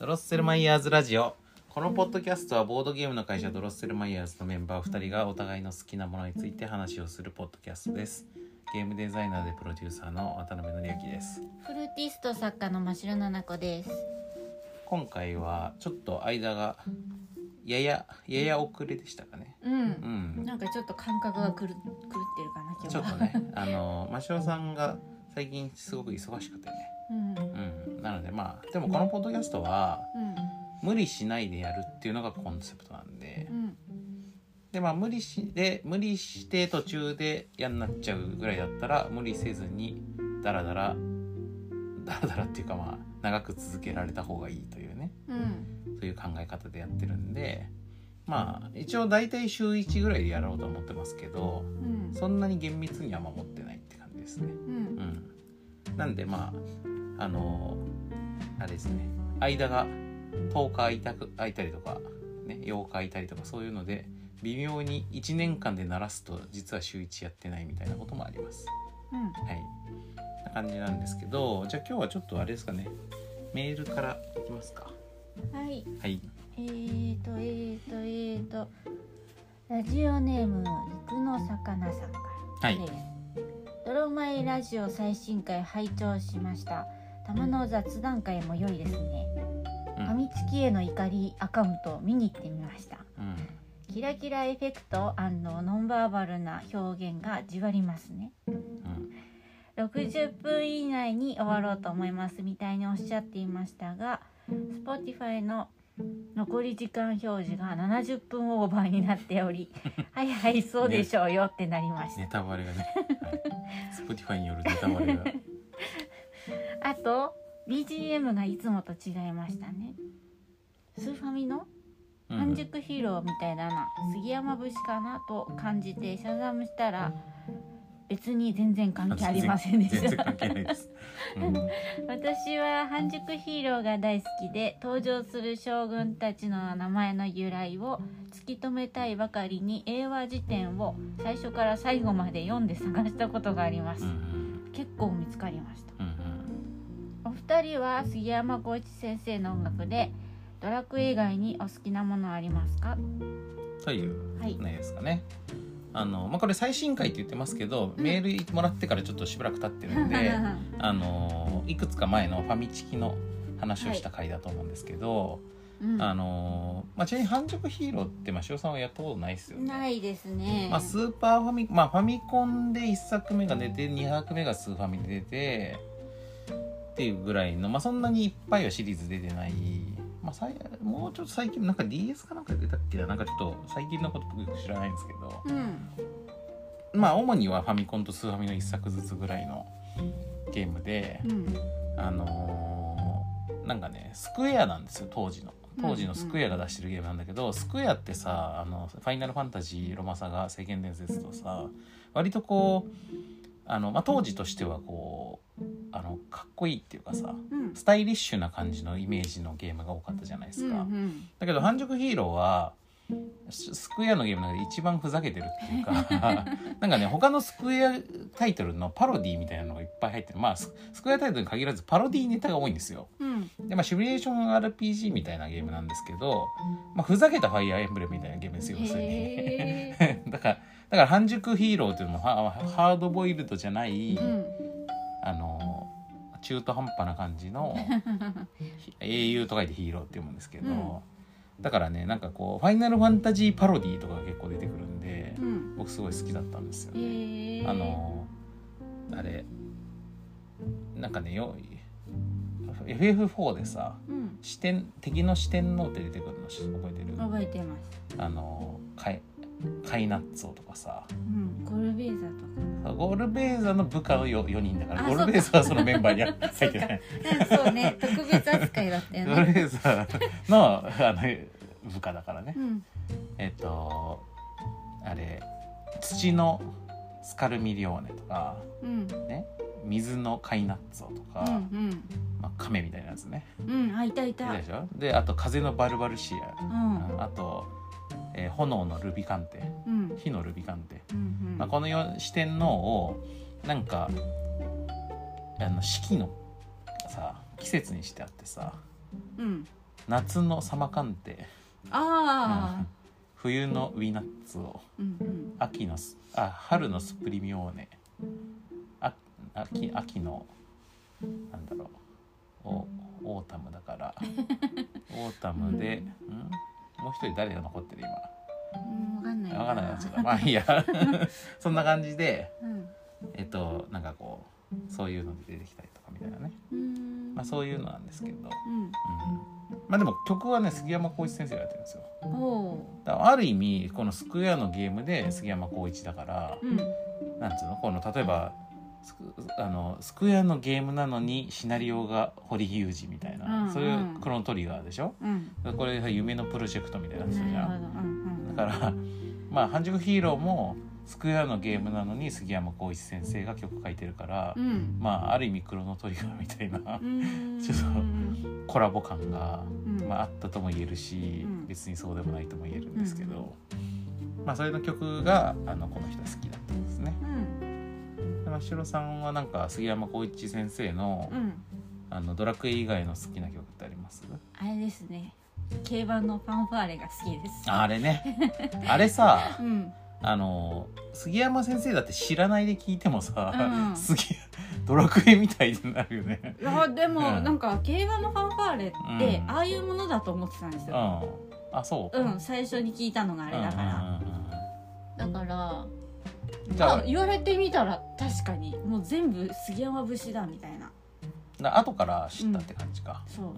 ドロッセルマイヤーズラジオ。このポッドキャストはボードゲームの会社ドロッセルマイヤーズのメンバー2人がお互いの好きなものについて話をするポッドキャストです。ゲームデザイナーでプロデューサーの渡辺則之です。 フルーティスト作家の真城奈々子です。 今回はちょっと間がやや遅れでしたかね。 なんかちょっと感覚が狂ってるかな今日は。 ちょっとね真城さんが最近すごく忙しくてね。なのででもこのポッドキャストは、無理しないでやるっていうのがコンセプトなんで、で無理して途中で嫌になっちゃうぐらいだったら無理せずにダラダラっていうか長く続けられた方がいいというね、そういう考え方でやってるんで、一応だいたい週1ぐらいでやろうと思ってますけど、そんなに厳密には守ってないって感じですね。なんであれですね、間が10日空いたりとか、ね、8日空いたりとかそういうので微妙に1年間で鳴らすと実は週1やってないみたいなこともあります。な感じなんですけど、じゃあ今日はちょっとあれですかね、メールからいきますか。はい。 ラジオネーム陸の魚さんからです。ドロマイラジオ最新回拝聴しました。たまの雑談会も良いですね。ファミチキへの怒りアカウントを見に行ってみました。キラキラエフェクト&ノンバーバルな表現がじわりますね。60分以内に終わろうと思いますみたいにおっしゃっていましたが、 Spotify の残り時間表示が70分オーバーになっておりはいそうでしょうよってなりました。 ネタバレがね、Spotify によるネタバレがあと BGM がいつもと違いましたね。スーファミの半熟ヒーローみたいだな、杉山節かなと感じてシャザムしたら別に全然関係ありませんでした。 全然関係ないです。 私は半熟ヒーローが大好きで、登場する将軍たちの名前の由来を突き止めたいばかりに英和辞典を最初から最後まで読んで探したことがあります。結構見つかりました。お二人は杉山浩一先生の音楽でドラクエ以外にお好きなものありますかというねですかね。これ最新回って言ってますけど、メールもらってからちょっとしばらく経ってるんでいくつか前のファミチキの話をした回だと思うんですけど、ちなみに半熟ヒーローってしおさんはやったことないですよね。 ないですね。 スーパーファミファミコンで1作目が出て2作目がスーファミで出てっていうぐらいの、そんなにいっぱいはシリーズ出てない。もうちょっと最近なんか DS かなんか出たっけな、なんかちょっと最近のこと僕よく知らないんですけど、主にはファミコンとスーファミの1作ずつぐらいのゲームで、なんかねスクエアなんですよ、当時のスクエアが出してるゲームなんだけど、スクエアってさファイナルファンタジーロマサガ聖剣伝説とさ割とこう当時としてはこうかっこいいっていうかさ、スタイリッシュな感じのイメージのゲームが多かったじゃないですか。だけど半熟ヒーローはスクエアのゲームの中で一番ふざけてるっていうかなんかね他のスクエアタイトルのパロディみたいなのがいっぱい入ってる。スクエアタイトルに限らずパロディネタが多いんですよ。でシミュレーション RPG みたいなゲームなんですけど、ふざけたファイアーエンブレムみたいなゲームですよ、要するにだから半熟ヒーローっていうのもハードボイルドじゃない、中途半端な感じの英雄と書いてヒーローって読むんですけど、だからねなんかこうファイナルファンタジーパロディとかが結構出てくるんで、僕すごい好きだったんですよね。あれなんかねFF4 でさ、敵の四天王って出てくるの覚えてる？ 覚えてます。 カイナッツォとかさ、 ゴルベーザとか。 ゴルベーザの部下の 4人だから、ゴルベーザはそのメンバーに入ってないそうね、特別扱いだったよね。 ゴルベーザの部下だからね。あれ土のスカルミリオーネとか、水のカイナッツォとか、亀みたいなやつね。 いたでしょ。であと風のバルバルシア、あと炎のルビカンテ、火のルビカンテ、この四天王をなんか四季のさ季節にしてあってさ、 夏のサマカンテ、冬のウィナッツを、春のスプリミオーネ、秋のなんだろう、オータムだからオータムで、もう一人誰が残ってる今、 分かんないやつだ。まあいいやそんな感じで、なんかこうそういうので出てきたりとかみたいなね、まあそういうのなんですけど、まあでも曲はね杉山浩一先生がやってるんですよ。だからある意味このスクエアのゲームで杉山浩一だから、なんつうの、この例えばスクエアのゲームなのにシナリオが堀井雄二みたいな、そういうクロノトリガーでしょ、これ夢のプロジェクトみたいなやつじゃん、だからまあ半熟ヒーローもスクエアのゲームなのに杉山浩一先生が曲書いてるから、まあある意味クロノトリガーみたいなちょっとコラボ感が、まあ、あったとも言えるし、別にそうでもないとも言えるんですけど、まあそれの曲がこの人は好きだったんですね。真城さんはなんか杉山浩一先生の、ドラクエ以外の好きな曲ってあります？ あれですね、競馬のファンファーレが好きです。 あれねあれさ、杉山先生だって知らないで聞いてもさ、ドラクエみたいになるよね。 いやでも、なんか競馬のファンファーレって、ああいうものだと思ってたんですよ。 あ、そう。 最初に聞いたのがあれだから、だから言われてみたら確かにもう全部杉山節だみたいな。 後から知ったって感じか。 そう、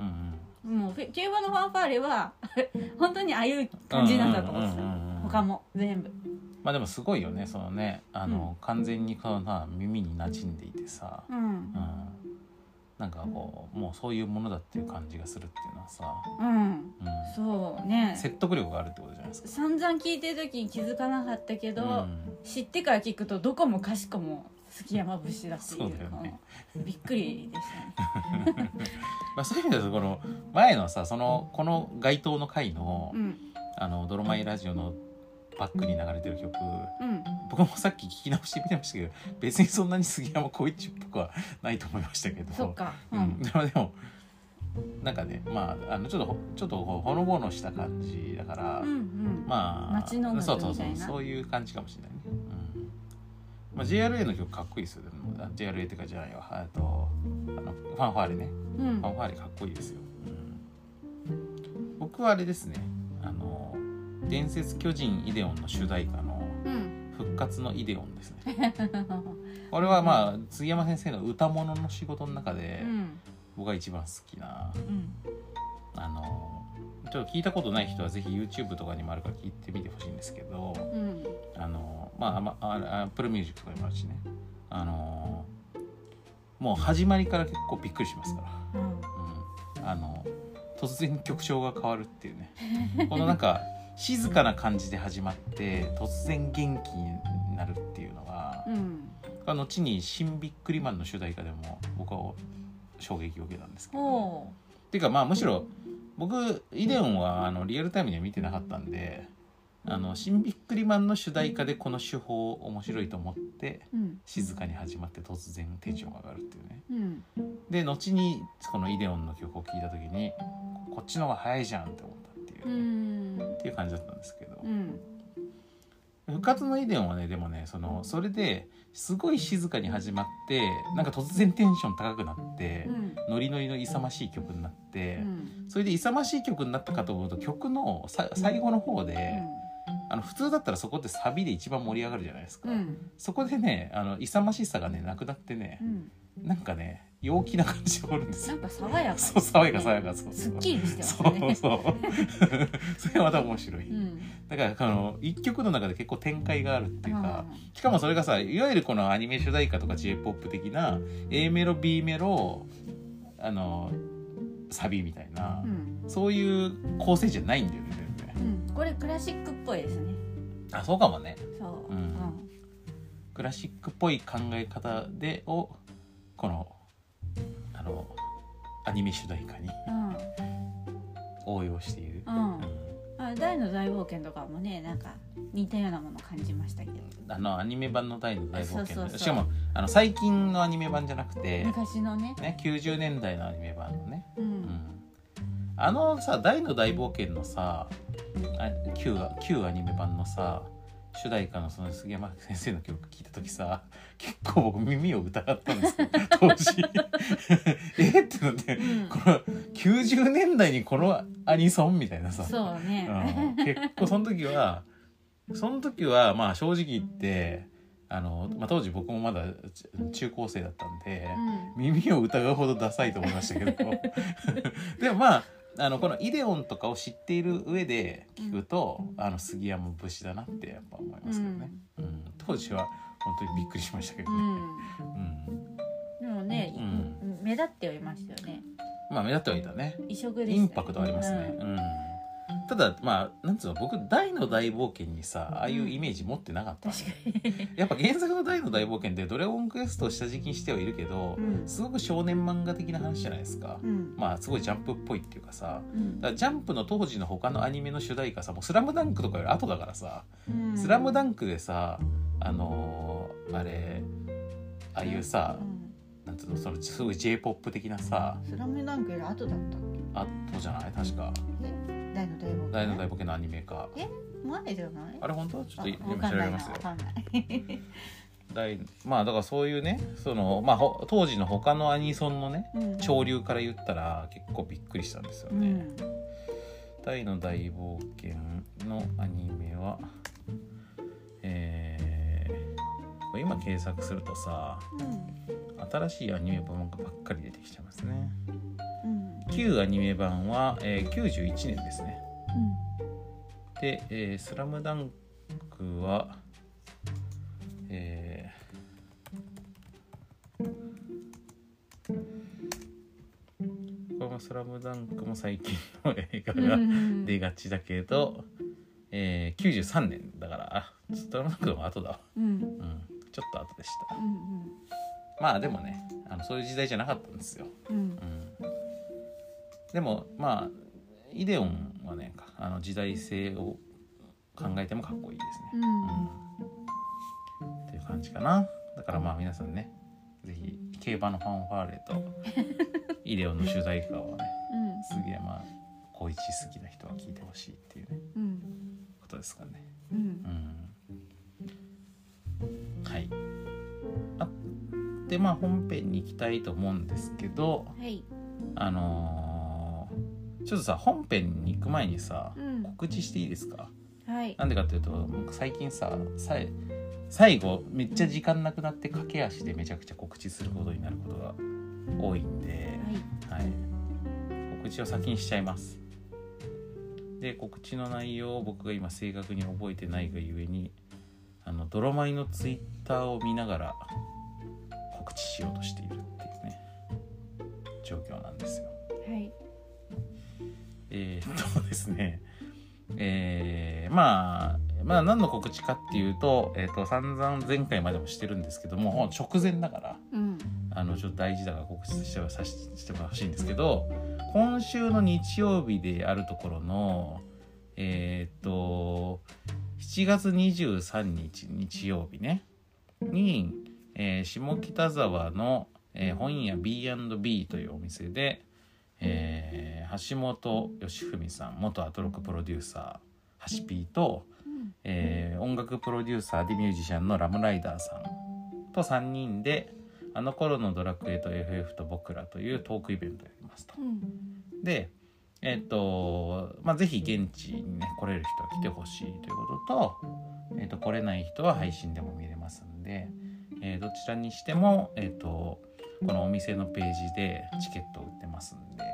もう競馬のファンファーレは本当にああいう感じなんだと思ってた。他も全部。 まあでもすごいよね、そのね、完全にこの耳に馴染んでいてさ、なんかこうもうそういうものだっていう感じがするっていうのはさ、そうね、説得力があるってことじゃないですか。 散々聞いてる時に気づかなかったけど、知ってから聞くとどこもかしこも杉山節だっていう、びっくりでしたねまあそういう意味ではこの前のさ、この街頭の回の、ドロマイラジオのバックに流れてる曲、僕もさっき聞き直してみてましたけど、別にそんなに杉山浩一っぽくはないと思いましたけど、 そっか、 でもなんかね、まあちょっとほのぼのした感じだから、まあ街の音楽みたいな、 そういう感じかもしれないね。まあ JRA の曲かっこいいですよ。でも JRA ってかじゃないわ、ファンファーレね、ファンファーレかっこいいですよ。僕はあれですね、伝説巨人イデオンの主題歌の復活のイデオンですねこれはまあ杉山先生の歌物の仕事の中で僕が一番好きな、ちょっと聞いたことない人はぜひ YouTube とかにもあるから聞いてみてほしいんですけど、Apple Music とかにもあるしね、もう始まりから結構びっくりしますから、突然曲調が変わるっていうねこのなんか静かな感じで始まって突然元気になるっていうのが、後にシン・ビックリマンの主題歌でも僕は衝撃を受けたんですけど、っていうかまあむしろ僕イデオンはリアルタイムには見てなかったんで、シン・ビックリマンの主題歌でこの手法面白いと思って、静かに始まって突然テンションが上がるっていうね、で後にこのイデオンの曲を聴いた時にこっちの方が早いじゃんって思ったっていう感じだったんですけど、復活のイデオンはね、でもねそれですごい静かに始まってなんか突然テンション高くなって、ノリノリの勇ましい曲になって、それで勇ましい曲になったかと思うと曲の最後の方で、普通だったらそこってサビで一番盛り上がるじゃないですか、そこでね勇ましさがねなくなってね、なんかね陽気な感じがあるんですよ。 なんか爽やか、 そう爽やかそうすっきりしてますね。 そうそれはまた面白い、だから一曲の中で結構展開があるっていうか、しかもそれがさ、いわゆるこのアニメ主題歌とか J-POP 的な A メロ B メロサビみたいな、そういう構成じゃないんだよね、 これクラシックっぽいですね。 あ、そうかもね。 そう、 クラシックっぽい考え方をこのアニメ主題歌に、応用している、 大の大冒険とかもね、なんか似たようなもの感じましたけど、 アニメ版の大の大冒険、しかも最近のアニメ版じゃなくて昔のね 90年代のアニメ版のね、 さ大の大冒険のさ旧アニメ版のさ主題歌のその杉山先生の曲聞いた時さ結構僕耳を疑ったんですよ当時ってなって、この90年代にこのアニソンみたいなさそうね、 結構その時はまあ正直言って当時僕もまだ中高生だったんで、耳を疑うほどダサいと思いましたけどでもまあこのイデオンとかを知っている上で聞くと、杉山節だなってやっぱ思いますけどね、当時は本当にびっくりしましたけどね、 でもね、目立ってはいましたよね。 まあ目立ってはいたね。 異色でしたね。 インパクトありますね、ただまあなんつうの僕大の大冒険にさああいうイメージ持ってなかったんで、やっぱ原作の大の大冒険ってドラゴンクエストを下敷きにしてはいるけど、すごく少年漫画的な話じゃないですか、まあすごいジャンプっぽいっていうかさ、だからジャンプの当時の他のアニメの主題歌さもうスラムダンクとかより後だからさ、スラムダンクでさああいうさ、なんつうのそのすごい J-POP 的なさ、 スラムダンクより後だったっけ？ 後じゃない確か。大の大冒険のアニメ化。 前じゃない？ あれ本当？ちょっと今調べますよ。 わかんない。 まあだからそういうね、まあ当時の他のアニソンのね、潮流から言ったら結構びっくりしたんですよね。大の大冒険のアニメは、今検索するとさ、新しいアニメ版ばっかり出てきちゃいますね。旧アニメ版は、91年ですね。で、スラムダンクは、これもスラムダンクも最近の映画が出がちだけど、93年だからスラムダンクも後だわ、ちょっと後でした、まあでもねそういう時代じゃなかったんですよ、でもまあイデオンはね時代性を考えてもかっこいいですね、っていう感じかな。だからまあ皆さんねぜひ競馬のファンファーレとイデオンの主題歌をね、杉山浩一好きな人は聴いてほしいっていうね、ことですかね。はい。でまあ本編に行きたいと思うんですけど、ちょっとさ本編に行く前にさ、告知していいですか？なんでかっていうと最近さ最後めっちゃ時間なくなって駆け足でめちゃくちゃ告知することになることが多いんで、告知を先にしちゃいます。で告知の内容を僕が今正確に覚えてないがゆえに泥米のツイッターを見ながら告知しようとしているっていうね状況なんですよ。ですねまあ何の告知かっていうと、散々前回までもしてるんですけども直前だから、ちょっと大事だから告知してほしいんですけど、今週の日曜日であるところの7月23日日曜日ねに、下北沢の、本屋 B&B というお店で、橋本義文さん元アトロクプロデューサーハシピーと、音楽プロデューサーでミュージシャンのラムライダーさんと3人であの頃のドラクエと FF と僕らというトークイベントをやりますと、でぜひ現地にね来れる人は来てほしいということと、来れない人は配信でも見れますんで、どちらにしてもこのお店のページでチケットを売ってますんで、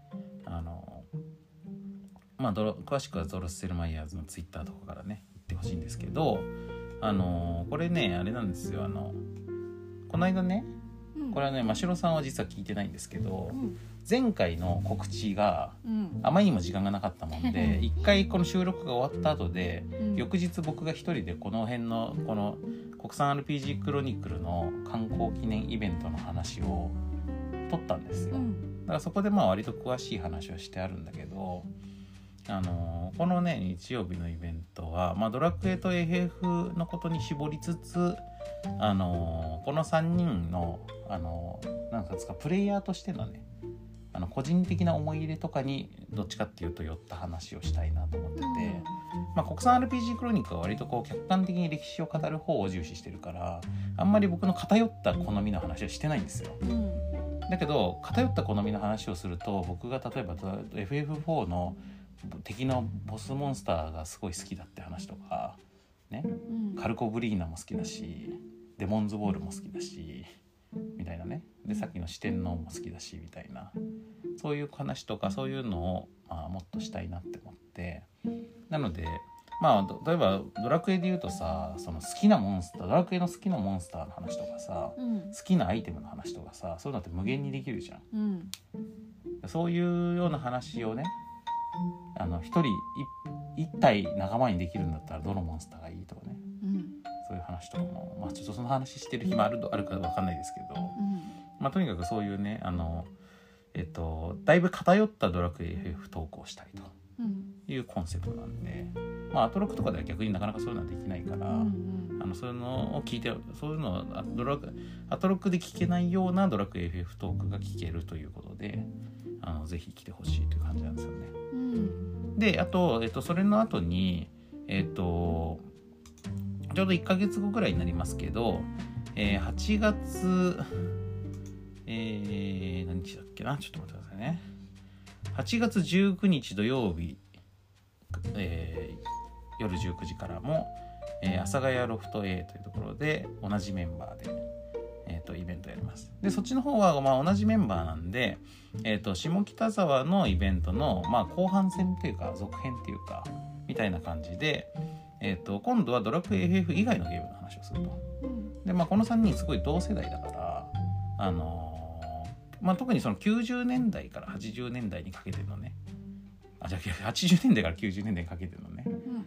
詳しくはゾロスセルマイヤーズのツイッターとかからね言ってほしいんですけど、これねあれなんですよ、この間ね、これはね真城さんは実は聞いてないんですけど、前回の告知があまりにも時間がなかったもんで、一回この収録が終わった後で、翌日僕が一人でこの辺のこの国産 RPG クロニクルの観光記念イベントの話を撮ったんですよ。だからそこで割と詳しい話はしてあるんだけど、このね日曜日のイベントは、ドラクエと FF のことに絞りつつ、この3人のなんですかプレイヤーとしてのね個人的な思い入れとかにどっちかっていうと寄った話をしたいなと思ってて、国産 RPG クロニクルは割とこう客観的に歴史を語る方を重視してるから、あんまり僕の偏った好みの話はしてないんですよ。だけど偏った好みの話をすると、僕が例えば FF4 の敵のボスモンスターがすごい好きだって話とかね、カルコブリーナも好きだし、デモンズボールも好きだしみたいなね、でさっきの四天王も好きだしみたいな、そういう話とかそういうのを、もっとしたいなって思って、なので例えばドラクエで言うとさ、その好きなモンスター、ドラクエの好きなモンスターの話とかさ、好きなアイテムの話とかさ、そういうのって無限にできるじゃん、そういうような話をね、一人一体仲間にできるんだったらどのモンスターがいいとかね、そういう話とかも、ちょっとその話してる暇あるか分かんないですけど、とにかくそういうね、だいぶ偏ったドラクエ FF 投稿したいというコンセプトなんで、アトロクとかでは逆になかなかそういうのはできないから、そういうのを聞いて、そういうのをアトロクで聞けないようなドラクエ FF トークが聞けるということで、ぜひ来てほしいという感じなんですよね。で、あと、それの後にちょうど1ヶ月後ぐらいになりますけど、8月何日だっけな、ちょっと待ってくださいね。8月19日土曜日、夜19時からも、阿佐ヶ谷ロフト A というところで同じメンバーで、イベントやります。でそっちの方は同じメンバーなんで、下北沢のイベントの、後半戦っていうか続編っていうかみたいな感じで、今度はドラクエ FF 以外のゲームの話をすると。でこの3人すごい同世代だから特にその90年代から80年代にかけてのね、80年代から90年代にかけてのね、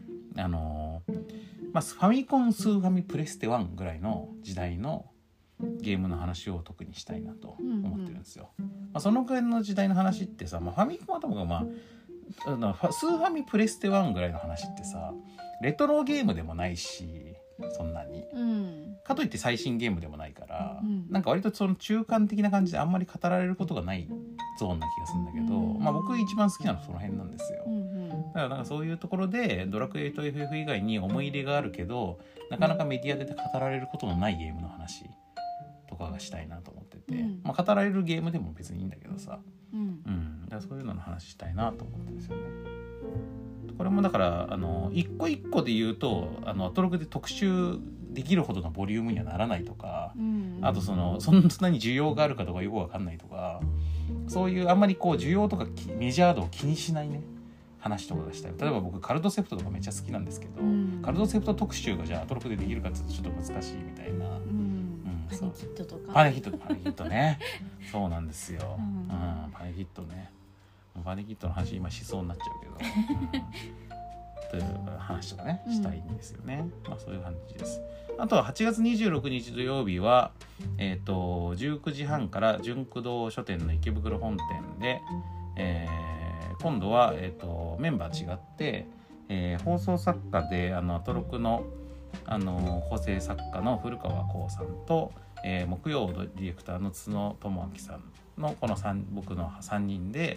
ファミコン、スーファミ、プレステ1ぐらいの時代のゲームの話を特にしたいなと思ってるんですよ。そのくらいの時代の話ってさ、ファミコンはともかスーファミ、プレステ1ぐらいの話ってさ、レトロゲームでもないし、そんなに、かといって最新ゲームでもないから、なんか割とその中間的な感じであんまり語られることがないゾーンな気がするんだけど、僕一番好きなのはその辺なんですよ。だからなんかそういうところでドラクエと FF 以外に思い入れがあるけど、なかなかメディアで語られることのないゲームの話とかがしたいなと思ってて、語られるゲームでも別にいいんだけどさ、だからそういうのの話したいなと思ってるんですよね。これもだから一個一個で言うとアトロクで特集できるほどのボリュームにはならないとか、あとそんなに需要があるかとかよくわかんないとか、そういうあんまりこう需要とかメジャー度を気にしないね話とかがしたい。例えば僕カルドセプトとかめっちゃ好きなんですけど、カルドセプト特集がじゃあアトロクでできるかってちょっと難しいみたいな。 パネキットとか。 パネキットね。そうなんですよ。パネキットね。パネキットの話今しそうになっちゃうけど、という話とかねしたいんですよね。そういう感じです。あとは8月26日土曜日は19時半から純駆動書店の池袋本店で、今度はメンバー違って、放送作家でアトロクの構成作家の古川光さんと、木曜ディレクターの角智明さんのこの僕の3人で、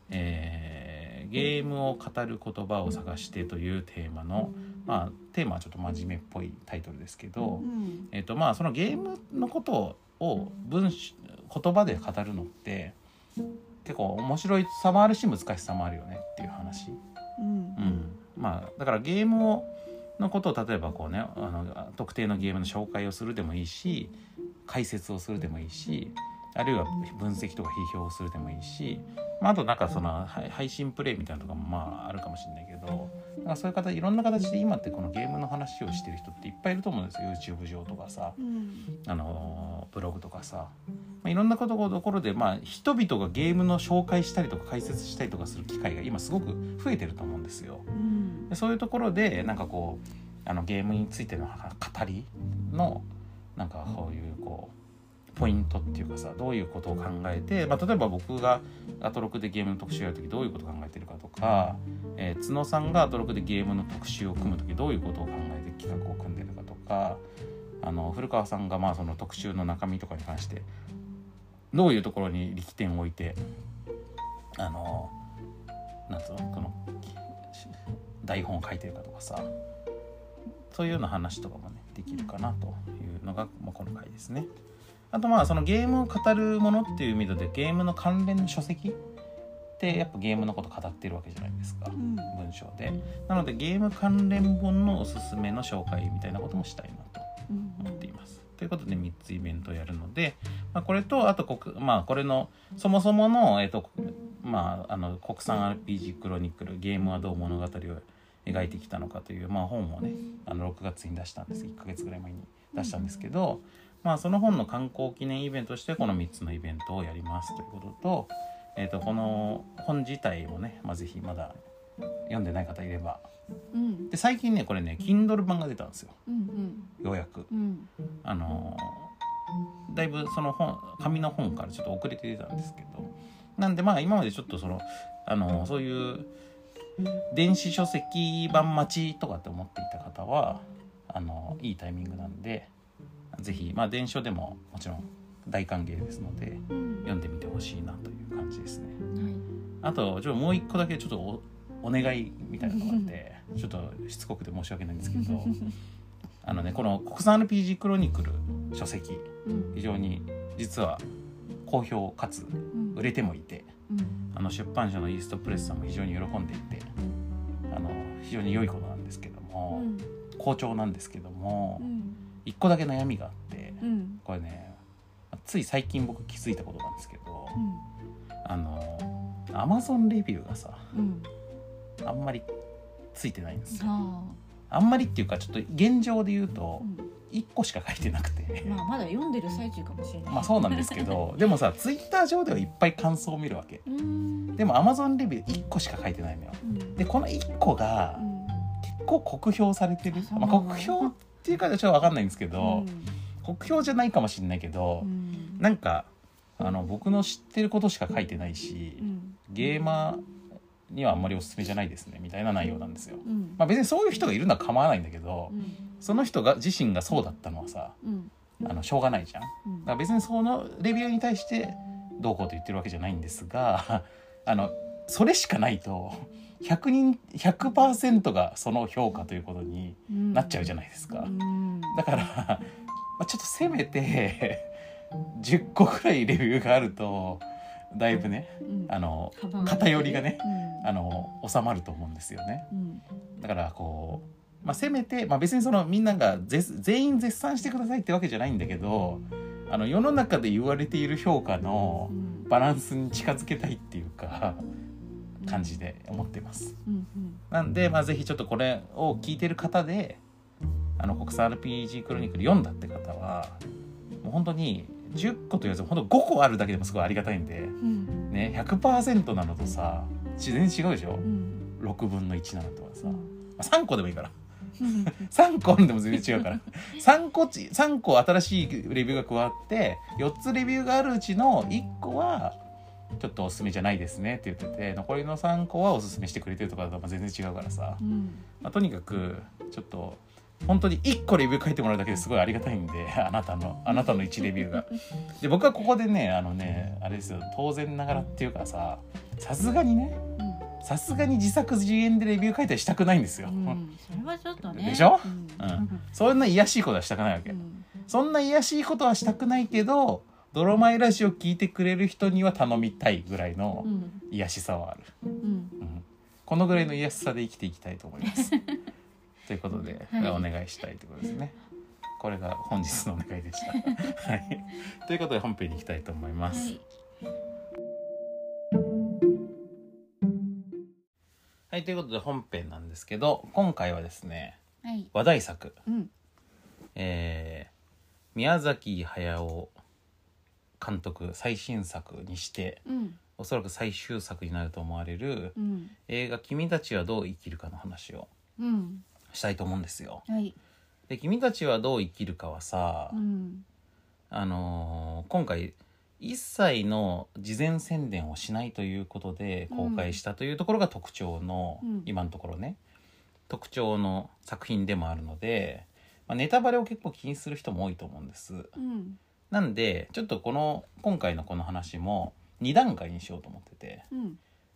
ゲームを語る言葉を探してというテーマの、テーマはちょっと真面目っぽいタイトルですけど、そのゲームのことを言葉で語るのって結構面白いさもあるし難しさもあるよねっていう話、だからゲームのことを例えばこうね、特定のゲームの紹介をするでもいいし、解説をするでもいいし、あるいは分析とか批評をするでもいいし、あとなんかその配信プレイみたいなのとかもあるかもしれないけど、そういう形、いろんな形で今ってこのゲームの話をしてる人っていっぱいいると思うんですよ。 YouTube 上とかさ、ブログとかさ、いろんなところで人々がゲームの紹介したりとか解説したりとかする機会が今すごく増えてると思うんですよ。でそういうところでなんかこうゲームについての語りのなんかこういうポイントっていうかさ、どういうことを考えて、例えば僕がアトロクでゲームの特集をやるときどういうことを考えてるかとか、角さんがアトロクでゲームの特集を組むときどういうことを考えて企画を組んでるかとか、古川さんがその特集の中身とかに関してどういうところに力点を置いてなんつうのこの台本を書いてるかとかさ、そういうような話とかもねできるかなというのが、この回ですね。あとそのゲームを語るものっていう意味でゲームの関連の書籍ってやっぱゲームのこと語ってるわけじゃないですか、文章で。なのでゲーム関連本のおすすめの紹介みたいなこともしたいなと思っています、ということで3つイベントをやるので、これとあとこれのそもそもの、国産 RPG クロニクルゲームはどう物語を描いてきたのかという、本をね6月に出したんです。1ヶ月ぐらい前に出したんですけど、その本の刊行記念イベントとしてこの3つのイベントをやりますということと、この本自体もね、ぜひまだ読んでない方いれば、で最近ねこれね Kindle 版が出たんですよ、ようやく、だいぶその紙の本からちょっと遅れて出たんですけど、なんで今までちょっとそういう電子書籍版待ちとかって思っていた方はいいタイミングなんで、ぜひ電子書でももちろん大歓迎ですので、読んでみてほしいなという感じですね、あともう一個だけちょっと お願いみたいなのがあってちょっとしつこくて申し訳ないんですけどこの国産 RPG クロニクル書籍、非常に実は好評かつ売れてもいて、出版社のイーストプレスさんも非常に喜んでいて、非常に良いことなんですけども、好調なんですけども、一個だけ悩みがあって、これねつい最近僕気づいたことなんですけど、Amazon レビューがさ、あんまりついてないんですよ。あんまりっていうかちょっと現状で言うと1個しか書いてなくて、 まだ読んでる最中かもしれない。 そうなんですけどでもさツイッター上ではいっぱい感想を見るわけ。でも Amazon レビュー1個しか書いてないのよ、でこの1個が結構酷評されてる、酷評っていうかちょっと分かんないんですけど、酷評じゃないかもしれないけど、なんか僕の知ってることしか書いてないし、ゲーマーにはあんまりおすすめじゃないですねみたいな内容なんですよ、別にそういう人がいるのは構わないんだけど、その人が自身がそうだったのはさ、しょうがないじゃん、だから別にそのレビューに対してどうこうと言ってるわけじゃないんですがそれしかないと100% がその評価ということになっちゃうじゃないですか、だからちょっとせめて10個くらいレビューがあるとだいぶね、偏りがね、収まると思うんですよね、だからせめて、別にみんなが全員絶賛してくださいってわけじゃないんだけど、世の中で言われている評価のバランスに近づけたいっていうか感じで思ってます、なんで、ぜひちょっとこれを聞いてる方で国産 RPG クロニクル読んだって方はもう本当に10個と言わず本当5個あるだけでもすごいありがたいんで、ね、100% なのとさ全然違うでしょ、6分の1なのとかさ、3個でもいいから3個でも全然違うから3個新しいレビューが加わって4つレビューがあるうちの1個はちょっとおすすめじゃないですねって言ってて、残りの3個はおすすめしてくれてるとかだと全然違うからさ、とにかくちょっと本当に1個レビュー書いてもらうだけですごいありがたいんで、あなたの1レビューがで、僕はここでねあれですよ、当然ながらっていうかさ、さすがに自作自演でレビュー書いたりしたくないんですよ、 それはちょっとねでしょ、そんな癒やしいことはしたくないわけ、そんな癒やしいことはしたくないけど泥米ラジオ聞いてくれる人には頼みたいぐらいの癒やしさはある、このぐらいの癒やしさで生きていきたいと思いますということで、お願いしたいということですね。これが本日のお願いでしたはい、ということで本編に行きたいと思います。はい、ということで本編なんですけど、今回はですね、話題作、宮崎駿監督最新作にして、おそらく最終作になると思われる、映画「君たちはどう生きるか」の話をしたいと思うんですよ。で、君たちはどう生きるかはさ、今回一切の事前宣伝をしないということで公開したというところが特徴の、今のところね特徴の作品でもあるので、ネタバレを結構気にする人も多いと思うんです、なんでちょっと今回のこの話も2段階にしようと思ってて、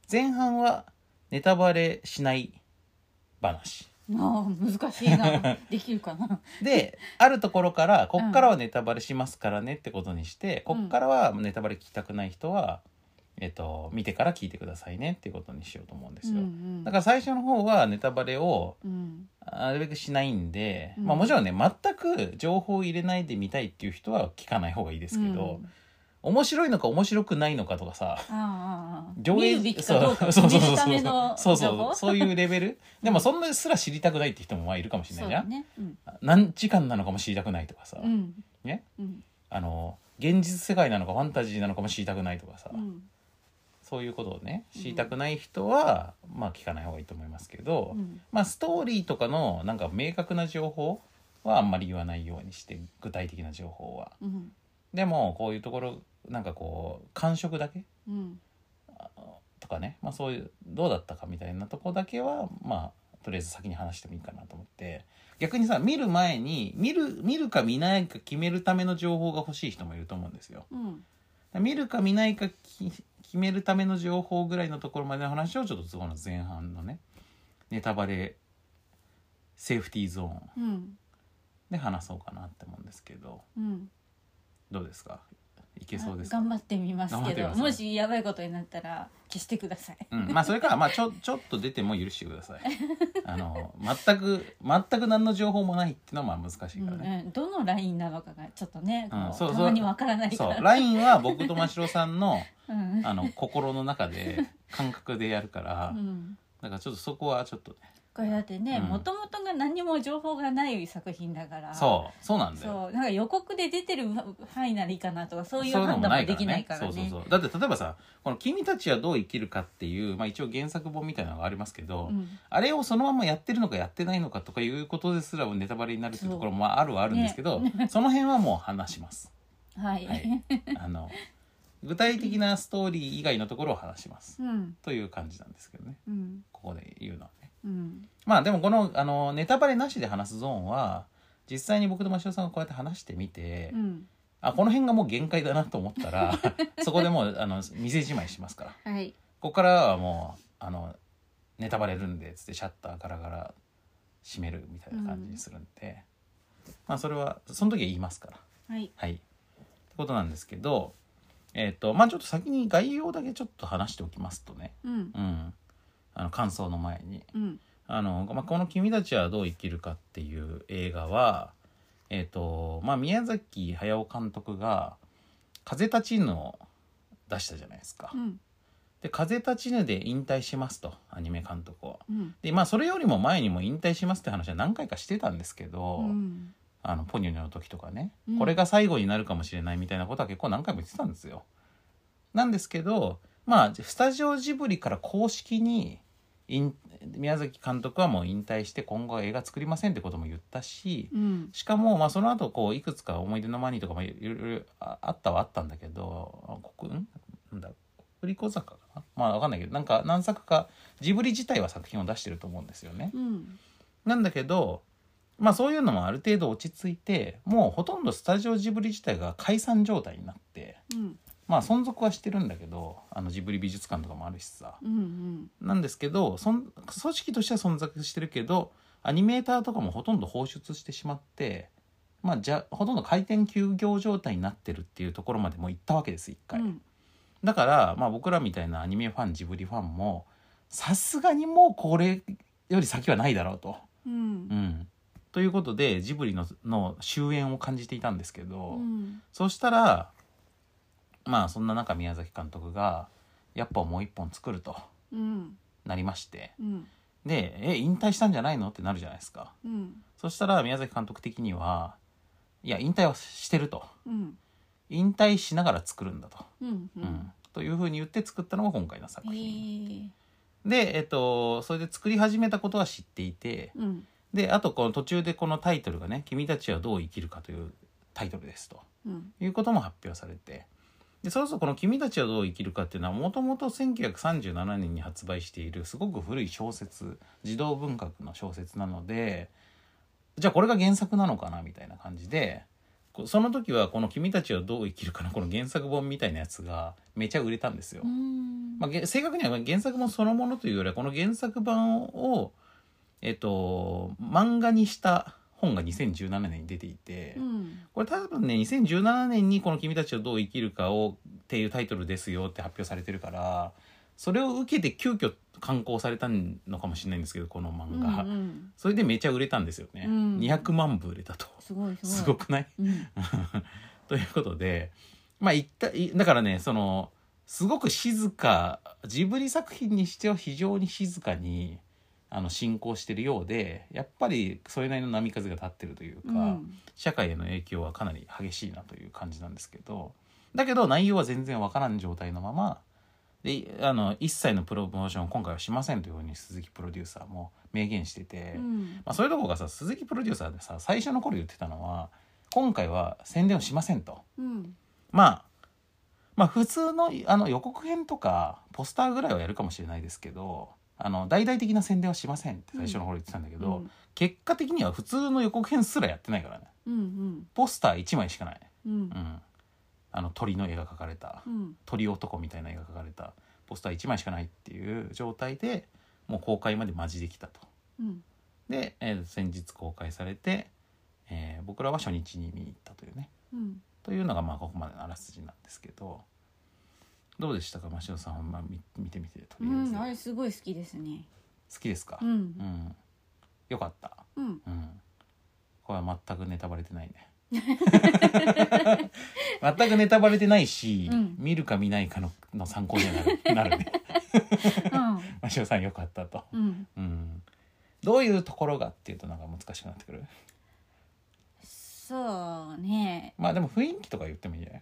前半はネタバレしない話難しいなできるかなで、あるところからこっからはネタバレしますからねってことにして、こっからはネタバレ聞きたくない人は、見てから聞いてくださいねっていうことにしようと思うんですよ、だから最初の方はネタバレをなるべくしないんで、まあもちろんね全く情報を入れないで見たいっていう人は聞かない方がいいですけど、面白いのか面白くないのかとかさ、 見るべきかどうか決めるための情報、 そういうレベルでもそんなすら知りたくないって人もまあいるかもしれないじゃん、 ね、 何時間なのかも知りたくないとかさ、ね、現実世界なのかファンタジーなのかも知りたくないとかさ、そういうことをね知りたくない人は、まあ聞かない方がいいと思いますけど、まあストーリーとかのなんか明確な情報はあんまり言わないようにして、具体的な情報は、でもこういうところなんかこう感触だけ、とかね、まあそういうどうだったかみたいなとこだけはまあとりあえず先に話してもいいかなと思って、逆にさ見る前に見るか見ないか決めるための情報が欲しい人もいると思うんですよ、見るか見ないか決めるための情報ぐらいのところまでの話をちょっとこの前半のねネタバレセーフティーゾーンで話そうかなって思うんですけど、どうですか、いけそうですか。 頑張ってみますけど、もしやばいことになったら消してください、 まあそれからまあちょっと出ても許してください全く何の情報もないっていうのはまあ難しいからね、 どのラインなのかがちょったまにわからないから、 そうラインは僕と真城さんの心の中で感覚でやるから、だからちょっとそこはちょっとね、 これだってね、もともとが何も情報がない作品だから、 そうなんだよ。 そうなんか予告で出てる範囲ならいいかなとか、そういう判断もできないからね。 そうだって例えばさ、この君たちはどう生きるかっていう、まあ一応原作本みたいなのがありますけど、あれをそのままやってるのかやってないのかとかいうことですらネタバレになるっていうところもあるんですけど、その辺はもう話します。はい。具体的なストーリー以外のところを話します、という感じなんですけどね、ここで言うのはね、まあでもこのネタバレなしで話すゾーンは実際に僕と真城さんがこうやって話してみて、この辺がもう限界だなと思ったらそこでもう店じまいしますから、ここからはもうネタバレるんでつってシャッターガラガラ閉めるみたいな感じにするんで、まあそれはその時は言いますから、ってことなんですけど、まあちょっと先に概要だけちょっと話しておきますとね、感想の前に、まあ、この「君たちはどう生きるか」っていう映画はまあ、宮崎駿監督が「風立ちぬ」を出したじゃないですか。で「風立ちぬ」で引退しますと、アニメ監督を。でまあそれよりも前にも引退しますって話は何回かしてたんですけど、ポニョニョの時とかね、これが最後になるかもしれないみたいなことは結構何回も言ってたんですよ。なんですけど、まあスタジオジブリから公式に宮崎監督はもう引退して今後は映画作りませんってことも言ったし、しかもまあその後こういくつか思い出のマニーとかもいろいろあったんだけど、なんだ国立小坂かな、まあ分かんないけど、なんか何作かジブリ自体は作品を出してると思うんですよね。なんだけどまあそういうのもある程度落ち着いて、もうほとんどスタジオジブリ自体が解散状態になって、まあ存続はしてるんだけど、ジブリ美術館とかもあるしさ、なんですけど組織としては存続してるけど、アニメーターとかもほとんど放出してしまって、まあほとんど開店休業状態になってるっていうところまでもう行ったわけです一回、だからまあ僕らみたいなアニメファンジブリファンもさすがにもうこれより先はないだろうと、ということでジブリの終焉を感じていたんですけど、そしたらまあそんな中宮崎監督がやっぱもう一本作るとなりまして、で引退したんじゃないのってなるじゃないですか、そしたら宮崎監督的にはいや引退はしてると、引退しながら作るんだと、というふうに言って作ったのが今回の作品、でそれで作り始めたことは知っていて、であとこの途中でこのタイトルがね「君たちはどう生きるか」というタイトルですと、いうことも発表されて、でそろそろこの「君たちはどう生きるか」っていうのはもともと1937年に発売しているすごく古い小説、児童文学の小説なので、じゃあこれが原作なのかなみたいな感じで、その時はこの「君たちはどう生きるか」のこの原作本みたいなやつがめちゃ売れたんですよ。 まあ、正確には原作もそのものというよりはこの原作版を漫画にした本が2017年に出ていて、これ多分ね2017年にこの君たちをどう生きるかをっていうタイトルですよって発表されてるから、それを受けて急遽刊行されたのかもしれないんですけど、この漫画、それでめちゃ売れたんですよね、200万部売れたと。すごくない、ということで、まあだからね、すごく静か、ジブリ作品にしては非常に静かに進行してるようで、やっぱりそれなりの波風が立ってるというか、社会への影響はかなり激しいなという感じなんですけど、だけど内容は全然わからん状態のままで、一切のプロモーションを今回はしませんというふうに鈴木プロデューサーも明言してて、まあ、そういうとこがさ、鈴木プロデューサーでさ、最初の頃言ってたのは今回は宣伝をしませんと、まあ普通の予告編とかポスターぐらいはやるかもしれないですけど、大々的な宣伝はしませんって最初の頃言ってたんだけど、結果的には普通の予告編すらやってないからね、ポスター1枚しかない、鳥の絵が描かれた、鳥男みたいな絵が描かれたポスター1枚しかないっていう状態でもう公開までマジできたと、で、先日公開されて、僕らは初日に見に行ったというね、というのがまあここまでのあらすじなんですけど、どうでしたか真汐さんは、まあ、見てみてとりあえず、 あれすごい好きですね。 好きですか、よかった、これは全くネタバレてないね全くネタバレてないし、見るか見ないかの参考にはなるね真汐さんよかったと、どういうところがっていうとなんか難しくなってくる。 そうね、 まあでも雰囲気とか言ってもいいんじゃない。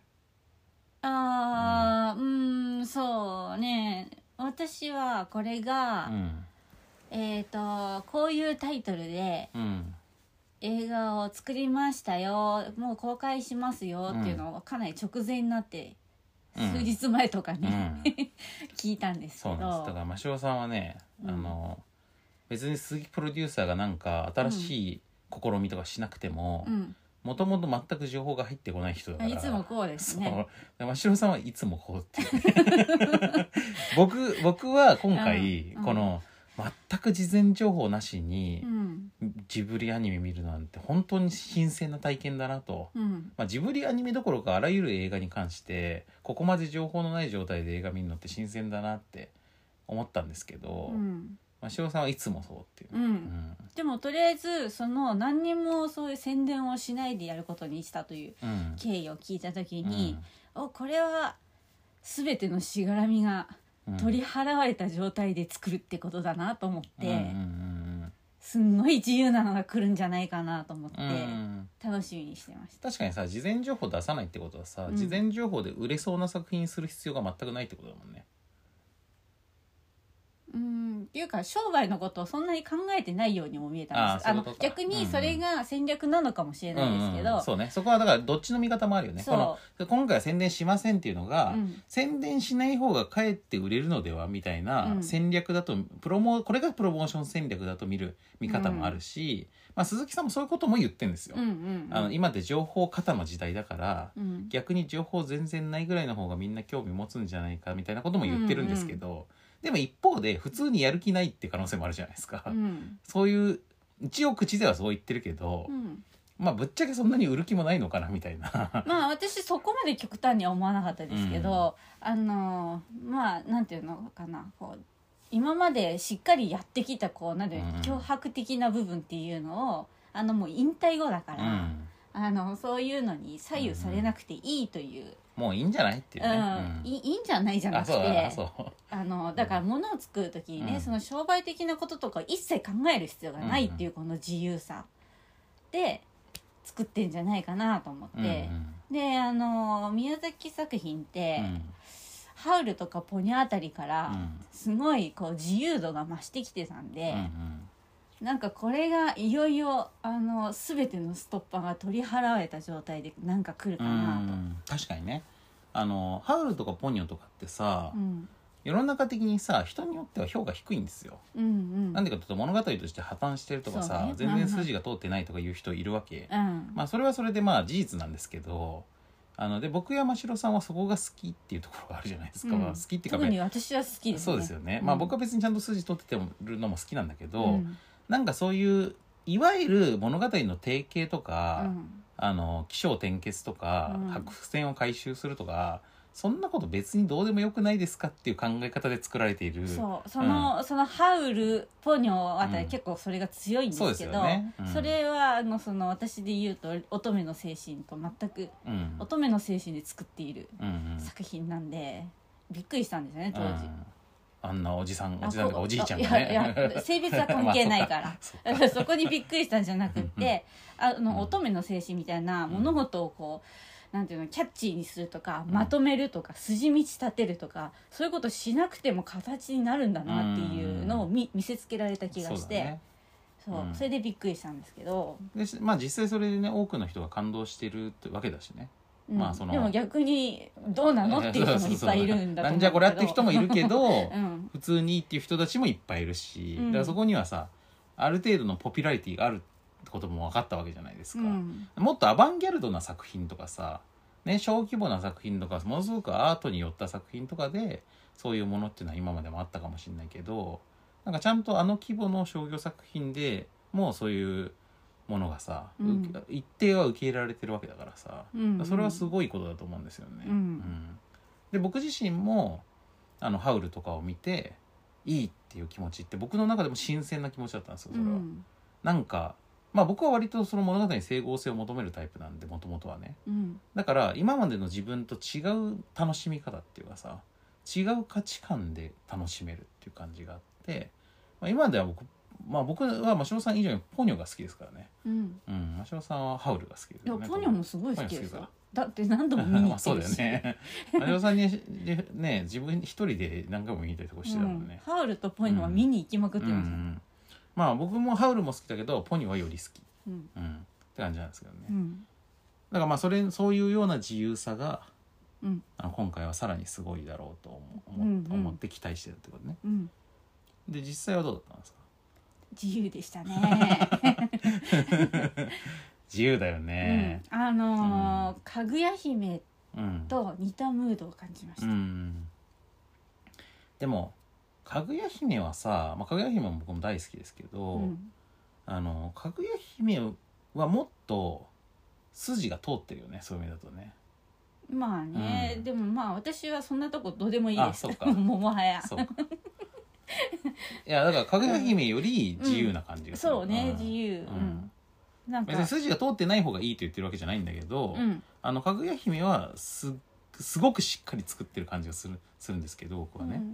そうね、私はこれが、こういうタイトルで、映画を作りましたよ、もう公開しますよっていうのをかなり直前になって、数日前とかに、聞いたんですけど。そうなんです。だから真汐さんはね、別に鈴木プロデューサーがなんか新しい試みとかしなくても、もともと全く情報が入ってこない人だから、 いつもこうですね。 真汐さんはいつもこうっていう僕は今回、この全く事前情報なしにジブリアニメ見るなんて本当に新鮮な体験だなと、まあ、ジブリアニメどころかあらゆる映画に関してここまで情報のない状態で映画見るのって新鮮だなって思ったんですけど、真汐さんはいつもそうっていう、 でもとりあえず何にもそういう宣伝をしないでやることにしたという経緯を聞いた時に、これは全てのしがらみが取り払われた状態で作るってことだなと思って、すんごい自由なのが来るんじゃないかなと思って楽しみにしてました。 確かにさ、事前情報出さないってことはさ、事前情報で売れそうな作品にする必要が全くないってことだもんね。 っていうか商売のことをそんなに考えてないようにも見えたんです。逆にそれが戦略なのかもしれないですけど、 そうね、そこはだからどっちの見方もあるよね。今回は宣伝しませんっていうのが、宣伝しない方がかえって売れるのではみたいな戦略だと、これがプロモーション戦略だと見る見方もあるし、まあ、鈴木さんもそういうことも言ってるんですよ。今って情報過多の時代だから、逆に情報全然ないぐらいの方がみんな興味持つんじゃないかみたいなことも言ってるんですけど、でも一方で普通にやる気ないって可能性もあるじゃないですか、そういう一応口ではそう言ってるけど、まあぶっちゃけそんなに売る気もないのかなみたいなまあ私そこまで極端には思わなかったですけど、まあなんていうのかな、こう今までしっかりやってきた脅迫的な部分っていうのをもう引退後だから、そういうのに左右されなくていいという、 もういいんじゃないっていうね、 いいんじゃないじゃなくて、だから物を作る時にね、その商売的なこととか一切考える必要がないっていうこの自由さで作ってんじゃないかなと思って、で宮崎作品って、ハウルとかポニャあたりからすごいこう自由度が増してきてたんで、なんかこれがいよいよ全てのストッパーが取り払われた状態でなんか来るかなと。確かにね、ハウルとかポニョとかってさ、世の中的にさ人によっては評価低いんですよ、なんでかというと物語として破綻してるとかさ、全然筋が通ってないとかいう人いるわけ、まあそれはそれでまあ事実なんですけど、 で僕や真城さんはそこが好きっていうところがあるじゃないですか、まあ好きっていうか特に私は好きですね。 そうですよね、まあ僕は別にちゃんと筋取ってるのも好きなんだけど、 うんなんかそういういわゆる物語の定型とか、起承転結とか、伏線を回収するとか、そんなこと別にどうでもよくないですかっていう考え方で作られている。 そのハウルポニョあたり結構それが強いんですけど、 そうですよね、 それはその私で言うと乙女の精神と全く、乙女の精神で作っている作品なんで、びっくりしたんですよね当時。 あんなおじさんとかおじいちゃんがね、 いや性別は関係ないからそこにびっくりしたんじゃなくって乙女の精神みたいな物事をこうなんていうのキャッチーにするとか、まとめるとか筋道立てるとかそういうことしなくても形になるんだなっていうのを見せつけられた気がして、それでびっくりしたんですけど、 でまあ実際それでね多くの人が感動してるってわけだしね。まあ、 でも逆にどうなのっていう人もいっぱいいるんだと思うけど、 なんじゃこれっていう人もいるけど、普通にっていう人たちもいっぱいいるし、だからそこにはさある程度のポピュラリティがあるってことも分かったわけじゃないですか、もっとアバンギャルドな作品とかさ、ね、小規模な作品とかものすごくアートに寄った作品とかでそういうものっていうのは今までもあったかもしれないけど、なんかちゃんとあの規模の商業作品でもうそういうものがさ、一定は受け入れられてるわけだからさ、それはすごいことだと思うんですよね。で僕自身もハウルとかを見ていいっていう気持ちって僕の中でも新鮮な気持ちだったんですよそれは。なんかまあ僕は割とその物語に整合性を求めるタイプなんでもともとはね、だから今までの自分と違う楽しみ方っていうかさ違う価値観で楽しめるっていう感じがあって、今までは僕は真城さん以上にポニョが好きですからね。真城さんはハウルが好きですよね。 ポニョもすごい好きですよ。だって何度も見に行ってるし。 そうだよね。真城さんにね自分一人で何回も見に行ったりとかしてたもんね。 ハウルとポニョは見に行きまくってます。 まあ僕もハウルも好きだけどポニョはより好き。って感じなんですけどね。だからまあそういうような自由さが今回はさらにすごいだろうと思って期待してるってことね。で実際はどうだったんですか？ 自由でしたね。 自由だよね。 かぐや姫と似たムードを感じました。 でもかぐや姫はさ、かぐや姫も僕も大好きですけど、かぐや姫はもっと筋が通ってるよね、そういう意味だとね。 まあね、でもまあ私はそんなとこどうでもいいです。もはや。いやだからかぐや姫より自由な感じがする。 そうね、自由。 なんか別に筋が通ってない方がいいと言ってるわけじゃないんだけど、かぐや姫はすごくしっかり作ってる感じがするんですけど、僕はね、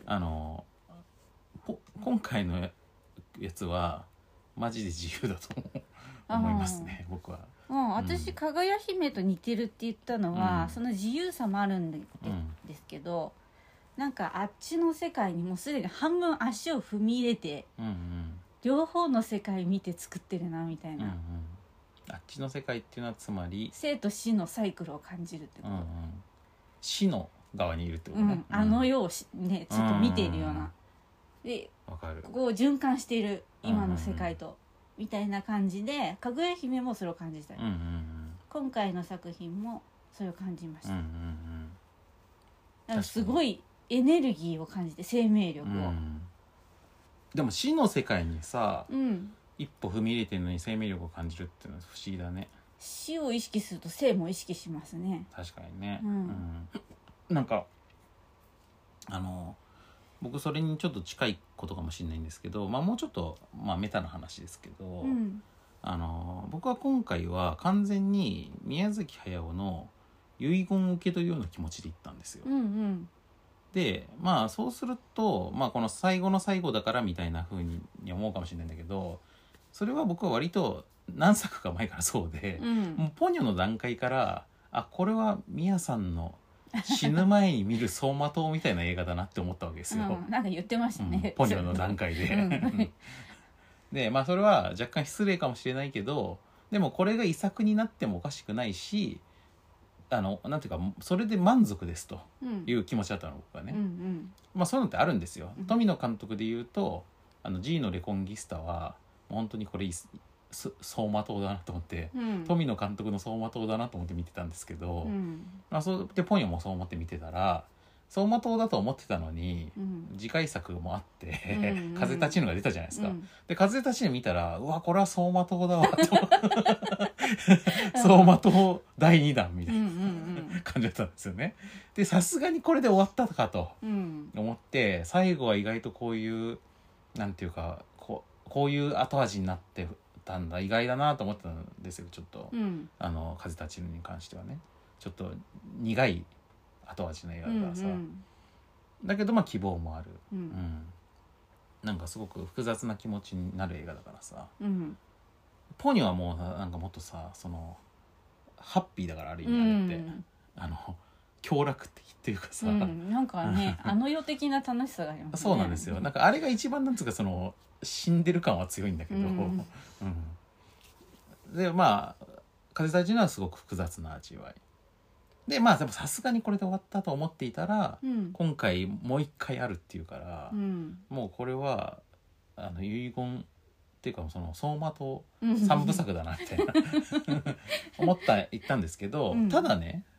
今回のやつはマジで自由だと思いますね、僕は。 私かぐや姫と似てるって言ったのは、その自由さもあるんですけど、なんかあっちの世界にもうすでに半分足を踏み入れて、両方の世界見て作ってるなみたいな、 あっちの世界っていうのはつまり生と死のサイクルを感じるってこと、 死の側にいるってことね、 あの世をねちょっと見ているような、でわかる、 ここを循環している今の世界と、みたいな感じでかぐや姫もそれを感じたり、今回の作品もそれを感じました、だからすごいエネルギーを感じて生命力を、 でも死の世界にさ、一歩踏み入れてるのに生命力を感じるっていうのは不思議だね。 死を意識すると生も意識しますね。 確かにね、なんか僕それにちょっと近いことかもしれないんですけど、もうちょっと、メタな話ですけど、僕は今回は完全に宮崎駿の遺言を受け取るような気持ちで行ったんですよ。でそうすると、この最後の最後だからみたいな風に思うかもしれないんだけど、それは僕は割と何作か前からそうで、もうポニョの段階からこれは宮さんの死ぬ前に見る走馬灯みたいな映画だなって思ったわけですよ。 なんか言ってましたね、 ポニョの段階で。でそれは若干失礼かもしれないけど、でもこれが遺作になってもおかしくないし、なんていうかそれで満足ですという気持ちだったの、僕はね。そういうのってあるんですよ。富野監督で言うとG のレコンギスタは本当にこれ走馬灯だなと思って、 うん富野監督の走馬灯だなと思って見てたんですけど、 うんまあ、そうでポニョもそう思って見てたら走馬灯だと思ってたのに、 うん次回作もあってうんうん 「風立ちぬ」が出たじゃないですか。 うんで風立ちぬ見たらうわこれは走馬灯だわと走馬灯第2弾みたいなうんうん感じだったんですよね。でさすがにこれで終わったかとうん思って最後は意外とこういうなんていうかこういう後味になってたんだ意外だなと思ってたんですよちょっと、 うん風立ちぬに関してはねちょっと苦い後味の映画だからさ、だけどまあ希望もある、 うんうんなんかすごく複雑な気持ちになる映画だからさうんポニョはもうなんかもっとさそのハッピーだからある意う味あれって、 ん享楽的っていうかさ、 なんかねあの世的な楽しさがありますね。 そうなんですよなんかあれが一番なんつうかその死んでる感は強いんだけど、 うんでまあ風立ちぬはすごく複雑な味わいでまあでもさすがにこれで終わったと思っていたら、 うん今回もう一回あるっていうから、 うんもうこれは遺言っていうかその走馬灯うん三部作だなみたいな言ったんですけど、 うんただ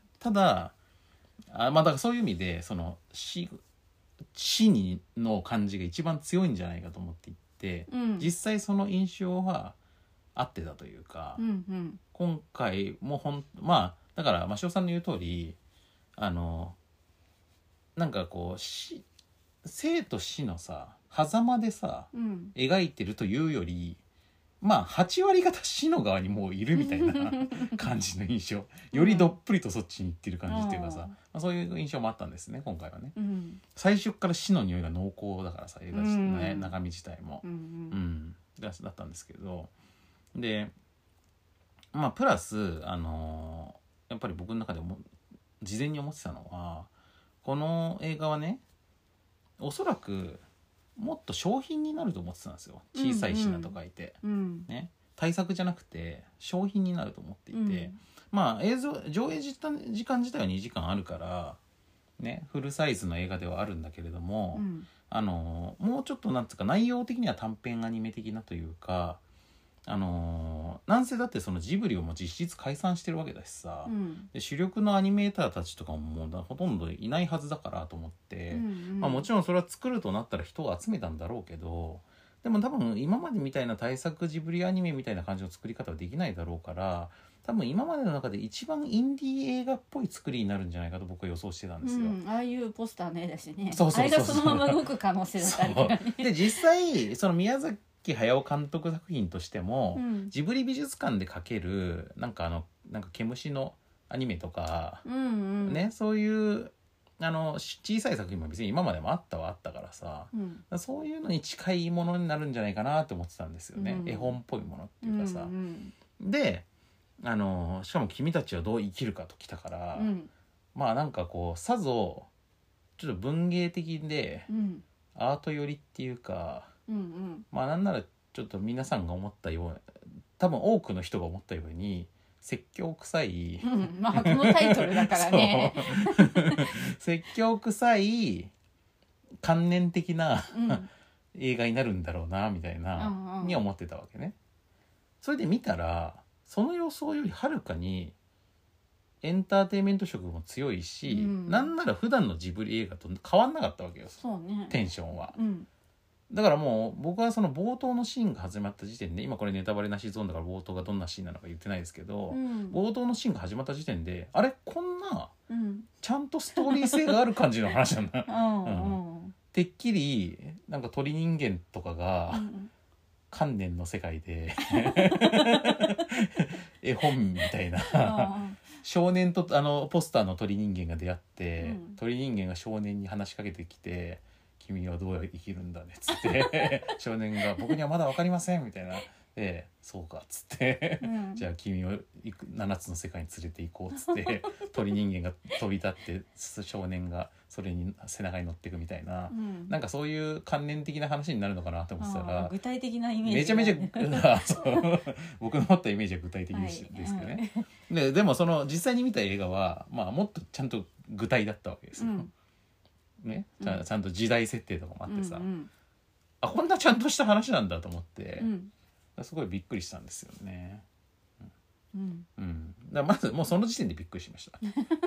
まあだからそういう意味でその死の感じが一番強いんじゃないかと思っていて、 うん実際その印象は合ってたというか、 うんうん今回もまあだから真汐さんの言う通りなんかこう生と死のさ狭間でさうん描いてるというよりまあ8割方死の側にもういるみたいな感じの印象よりどっぷりとそっちに行ってる感じっていうかさ、まあ、そういう印象もあったんですね今回はね。 うん最初から死の匂いが濃厚だからさ映画自体、 うん中身自体もう、 うんだったんですけどでまあプラスやっぱり僕の中で事前に思ってたのはこの映画はねおそらくもっと商品になると思ってたんですよ小さい品と書いて、 うんね対策じゃなくて商品になると思っていて、 うんまあ上映時間自体は2時間あるからねフルサイズの映画ではあるんだけれども、 うんもうちょっとなんつうか内容的には短編アニメ的なというかなんせだってそのジブリをもう実質解散してるわけだしさ、 うんで主力のアニメーターたちとかももうほとんどいないはずだからと思って、まあ、もちろんそれは作るとなったら人を集めたんだろうけどでも多分今までみたいな大作ジブリアニメみたいな感じの作り方はできないだろうから多分今までの中で一番インディー映画っぽい作りになるんじゃないかと僕は予想してたんですよ。 ああいうポスターの絵だしねそうそうそうそうあれがそのまま動く可能性だったりとかねで実際その宮崎駿監督作品としても、 うんジブリ美術館で描けるなんか毛虫のアニメとか、 うんうんねそういう小さい作品も別に今までもあったからさうんそういうのに近いものになるんじゃないかなと思ってたんですよね、 うん絵本っぽいものっていうかさ、 うんでしかも君たちはどう生きるかときたから、 うんまあなんかこうさぞちょっと文芸的でうんアート寄りっていうかうんまあなんならちょっと皆さんが思ったような多分多くの人が思ったように説教臭い、 うんまあこのタイトルだからねそう説教臭い観念的なうん映画になるんだろうなみたいな、 うんうんに思ってたわけね。それで見たらその予想よりはるかにエンターテインメント色も強いし、 うんなんなら普段のジブリ映画と変わんなかったわけよそうねテンションは。 うんだからもう僕はその冒頭のシーンが始まった時点で今これネタバレなしゾーンだから冒頭がどんなシーンなのか言ってないですけど、 うん冒頭のシーンが始まった時点であれこんなうんちゃんとストーリー性がある感じの話なんだうんうんてっきりなんか鳥人間とかがうん観念の世界で絵本みたいな少年とポスターの鳥人間が出会って、 うん鳥人間が少年に話しかけてきて君はどう生きるんだねっつって少年が僕にはまだ分かりませんみたいなでそうかっつってうんじゃあ君を7つの世界に連れて行こうっつって鳥人間が飛び立って少年がそれに背中に乗っていくみたいな、 うんなんかそういう観念的な話になるのかなと思ってたあらー具体的なイメージめちゃめちだねゃそう僕の持ったイメージは具体的でしですけどね、でもその実際に見た映画は、まあ、もっとちゃんと具体だったわけですよ、 うんね、 うんちゃんと時代設定とかもあってさ、 うんあこんなちゃんとした話なんだと思って、 うんすごいびっくりしたんですよね。 うんうん、だからまずもうその時点でびっくりしました、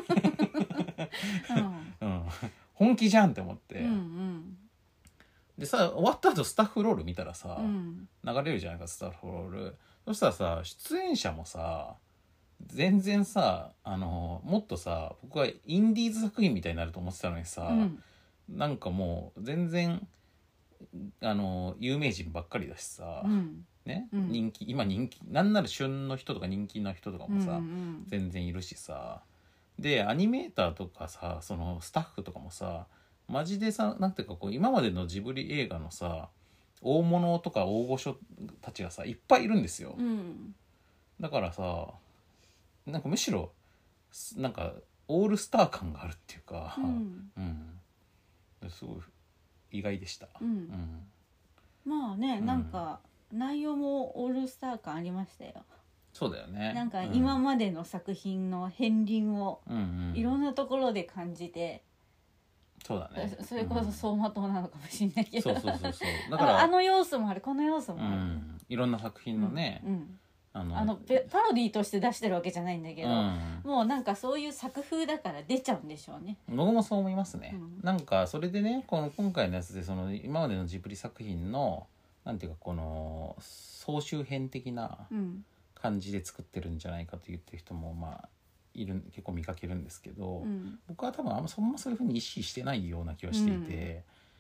うん、本気じゃんって思って、 うんうんでさ終わった後スタッフロール見たらさ、 うん流れるじゃないかスタッフロール。そしたらさ出演者もさ全然さもっとさ僕はインディーズ作品みたいになると思ってたのにさ、 うんなんかもう全然有名人ばっかりだしさ、 うんね、 うん人気なんなら旬の人とか人気の人とかもさ、 うん全然いるしさ、でアニメーターとかさそのスタッフとかもさマジでさなんていうかこう今までのジブリ映画のさ大物とか大御所たちがさいっぱいいるんですよ、 うんだからさなんかむしろなんかオールスター感があるっていうか、 うんすごい意外でした、 うんまあね、なんか内容もオールスター感ありましたよ。 そうだよね。 なんか今までの作品の片鱗をいろんなところで感じて、 そうだね。 それこそ走馬灯なのかもしれないけど、 そうだからあの要素もあるこの要素もある、 いろんな作品のね、 パロディとして出してるわけじゃないんだけど、もうなんかそういう作風だから出ちゃうんでしょうね。 僕もそう思いますね、なんかそれでね今回のやつでその今までのジブリ作品のなんていうかこの総集編的な感じで作ってるんじゃないかと言ってる人もまあ結構見かけるんですけど、僕は多分そんなそういうふうに意識してないような気がしていて、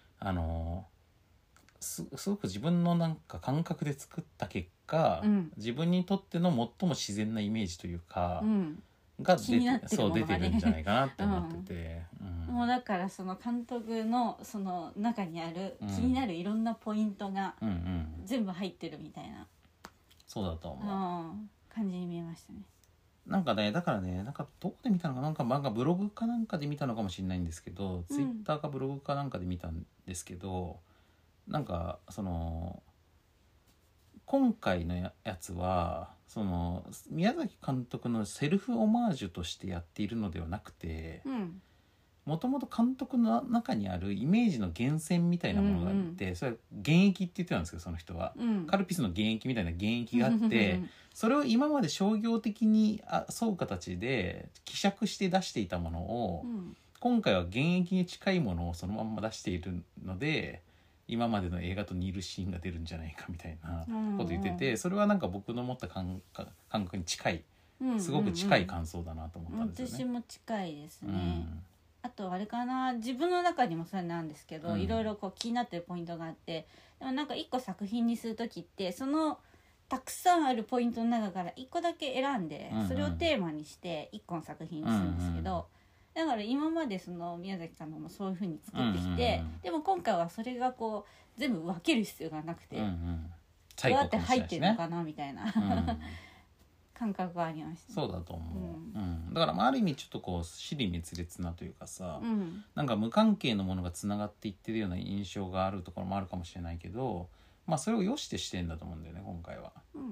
すごく自分のなんか感覚で作った結果、自分にとっての最も自然なイメージというか、が出てるんじゃないかなって思ってて、 もうだからその監督のその中にある気になるいろんなポイントが全部入ってるみたいな、 そうだと思う、感じに見えましたね。 なんかねだからねなんかどこで見たのかなんかブログかなんかで見たのかもしれないんですけど、ツイッターかブログかなんかで見たんですけど、なんかその今回のやつはその宮崎監督のセルフオマージュとしてやっているのではなくて、もともと監督の中にあるイメージの源泉みたいなものがあって、それは現役って言ってたんですけどその人は、カルピスの現役みたいな現役があってそれを今まで商業的に沿う形で希釈して出していたものを、今回は現役に近いものをそのまんま出しているので今までの映画と似るシーンが出るんじゃないかみたいなこと言ってて、それはなんか僕の持った感覚に近い、すごく近い感想だなと思ったんですよね。 私も近いですね、あとあれかな、自分の中にもそれなんですけど、いろいろこう気になってるポイントがあって、でもなんか一個作品にする時ってそのたくさんあるポイントの中から一個だけ選んで、それをテーマにして一個の作品にするんですけど、だから今までその宮崎さんのもそういう風に作ってきて、でも今回はそれがこう全部分ける必要がなくて、どうやって入ってるのかなみたいな、感覚がありました、ね、 そうだと思う、だからある意味ちょっとこう支離滅裂なというかさ、なんか無関係のものがつながっていってるような印象があるところもあるかもしれないけど、まあそれを良してしてんだと思うんだよね今回は。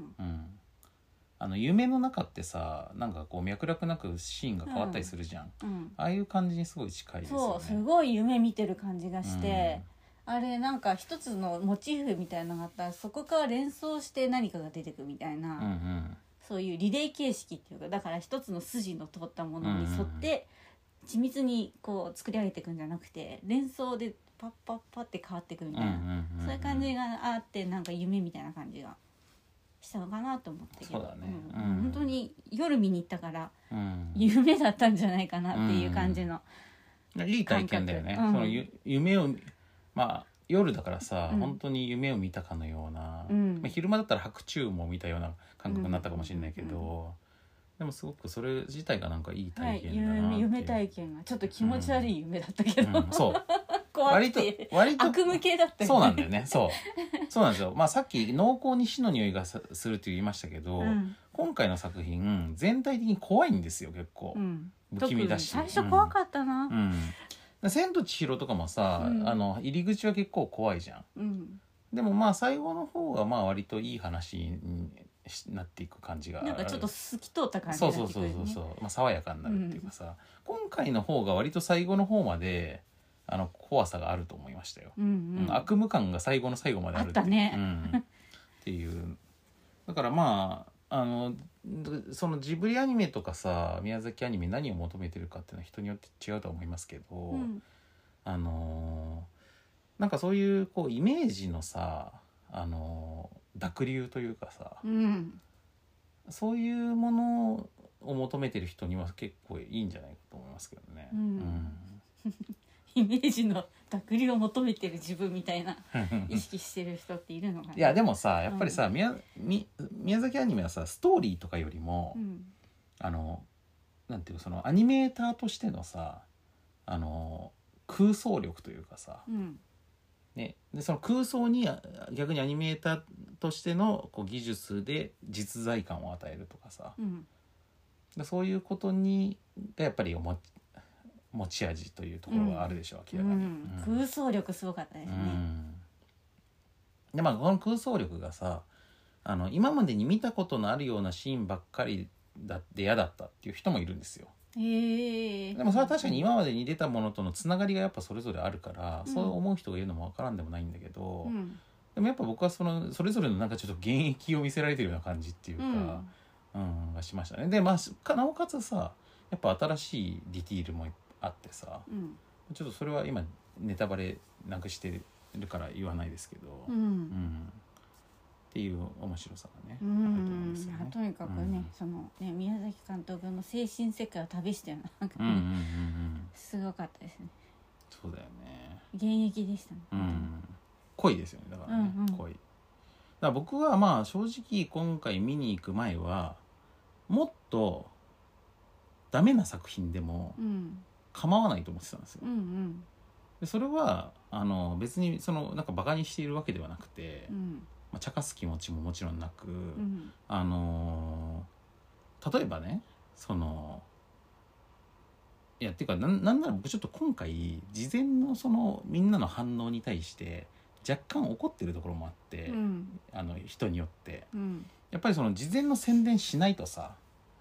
夢の中ってさなんかこう脈絡なくシーンが変わったりするじゃん、ああいう感じにすごい近いですよね。 そうすごい夢見てる感じがして、あれなんか一つのモチーフみたいなのがあったらそこから連想して何かが出てくみたいな、そういうリレー形式っていうか、だから一つの筋の通ったものに沿って緻密にこう作り上げていくんじゃなくて、連想でパッパッパって変わっていくみたいな、そういう感じがあって、なんか夢みたいな感じがしたのかなと思ったけど、 そうだね、 本当に夜見に行ったから、夢だったんじゃないかなっていう感じの、 いい体験だよね、その夢を夜だからさ、本当に夢を見たかのような、昼間だったら白昼も見たような感覚になったかもしれないけど、でもすごくそれ自体がなんかいい体験だなっていう、 夢体験がちょっと気持ち悪い夢だったけど、 そう怖くて割と悪夢系だったよね。 そうなんだよね、そうなんですよ。さっき濃厚に死の匂いがするって言いましたけど、今回の作品全体的に怖いんですよ結構、不気味だし、 最初怖かったな、 千と千尋とかもさ、入り口は結構怖いじゃん、でも最後の方が割といい話になっていく感じがある。 なんかちょっと透き通った感じになってくるね。 そう爽やかになるっていうかさ、今回の方が割と最後の方まで怖さがあると思いましたよ、悪夢感が最後の最後まであるっていう、 あったね、 っていうだからまあそのジブリアニメとかさ宮崎アニメ何を求めてるかっていうのは人によって違うとは思いますけど、 うん、 なんかそういうこうイメージのさ濁流というかさ、 うん、 そういうものを求めてる人には結構いいんじゃないかと思いますけどね。 イメージの濁流を求めてる自分みたいな意識してる人っているのかな。 いやでもさやっぱりさ、宮崎アニメはさストーリーとかよりも、なんていうそのアニメーターとしてのさ空想力というかさ、ね、でその空想に逆にアニメーターとしてのこう技術で実在感を与えるとかさ、でそういうことにがやっぱり持ち味というところがあるでしょう、明らかに、 空想力すごかったですね。 でまあこの空想力がさ今までに見たことのあるようなシーンばっかりだって嫌だったっていう人もいるんですよ。でもそれは確かに今までに出たものとのつながりがやっぱそれぞれあるから、そう思う人がいるのもわからんでもないんだけど、でもやっぱ僕はそれぞれのなんかちょっと現役を見せられてるような感じっていうか、がしましたね。でまあなおかつさやっぱ新しいディティールもあってさ、ちょっとそれは今ネタバレなくしてるから言わないですけど、っていう面白さがね、あると思うんですよね。 とにかくね、そのね宮崎監督の精神世界を旅してるのがすごかったですね。 そうだよね。 現役でしたね。 濃いですよね。だからね、濃い。だから僕はまあ正直今回見に行く前はもっとダメな作品でも構わないと思ってたんですよ。でそれは別になんかバカにしているわけではなくて、茶化す気持ちももちろんなく、例えばねいやっていうかなんなら僕ちょっと今回事前のみんなの反応に対して若干怒ってるところもあって、人によって、やっぱり事前の宣伝しないとさ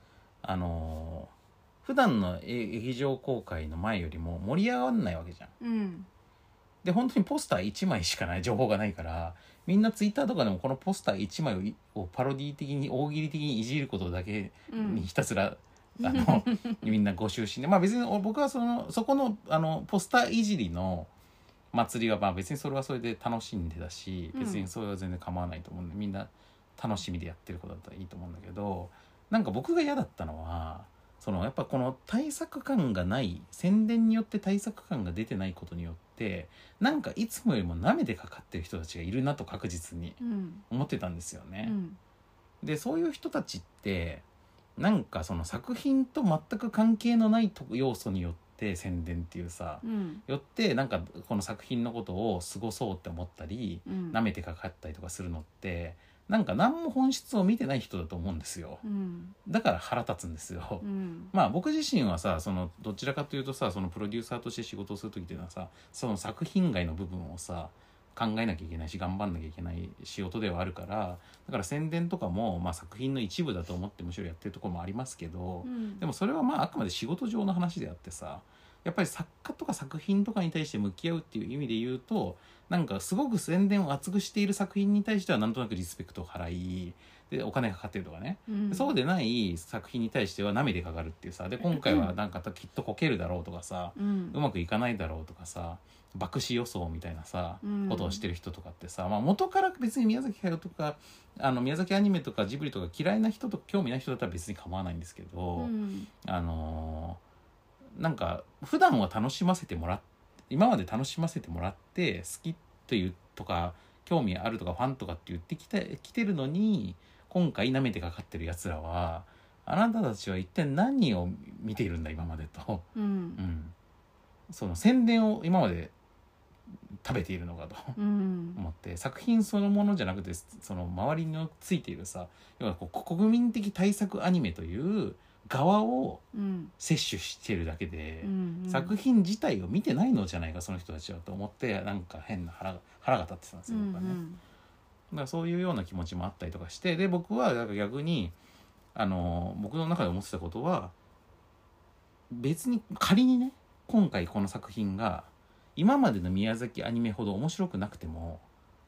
普段の劇場公開の前よりも盛り上がんないわけじゃん。で本当にポスター1枚しかない情報がないからみんなツイッターとかでもこのポスター1枚をパロディ的に大喜利的にいじることだけにひたすら、みんなご就寝で、まあ別に僕はそこのポスターいじりの祭りはまあ別にそれはそれで楽しんでたし、別にそれは全然構わないと思うんでみんな楽しみでやってることだったらいいと思うんだけど、なんか僕が嫌だったのはやっぱこの対策感がない宣伝によって対策感が出てないことによってなんかいつもよりも舐めてかかってる人たちがいるなと確実に思ってたんですよね。でそういう人たちってなんか作品と全く関係のない要素によって宣伝っていうさ、よってなんかこの作品のことを過ごそうって思ったり、舐めてかかったりとかするのってなんか何も本質を見てない人だと思うんですよ、だから腹立つんですよ、まあ僕自身はさどちらかというとさプロデューサーとして仕事をする時っていうのはさ作品外の部分をさ考えなきゃいけないし頑張んなきゃいけない仕事ではあるからだから宣伝とかも、まあ、作品の一部だと思ってむしろやってるところもありますけど、でもそれはまああくまで仕事上の話であってさやっぱり作家とか作品とかに対して向き合うっていう意味で言うとなんかすごく宣伝を厚くしている作品に対してはなんとなくリスペクトを払いでお金がかかってるとかね、そうでない作品に対しては舐めてかかるっていうさで今回はなんかきっとこけるだろうとかさ、うまくいかないだろうとかさ爆死予想みたいなさ、ことをしてる人とかってさ、まあ、元から別に宮崎駿とか宮崎アニメとかジブリとか嫌いな人とか興味ない人だったら別に構わないんですけど、なんか普段は楽しませてもらって今まで楽しませてもらって好きというとか興味あるとかファンとかって言ってきてるのに今回舐めてかかってるやつらはあなたたちは一体何を見ているんだ今までと、宣伝を今まで食べているのかと思って、作品そのものじゃなくて周りについているさ要は国民的対策アニメという側を摂取してるだけで、作品自体を見てないのじゃないかその人たちはと思ってなんか変な腹が立ってたんですよ、僕はね。だからそういうような気持ちもあったりとかしてで僕はだから逆に僕の中で思ってたことは別に仮にね今回この作品が今までの宮崎アニメほど面白くなくても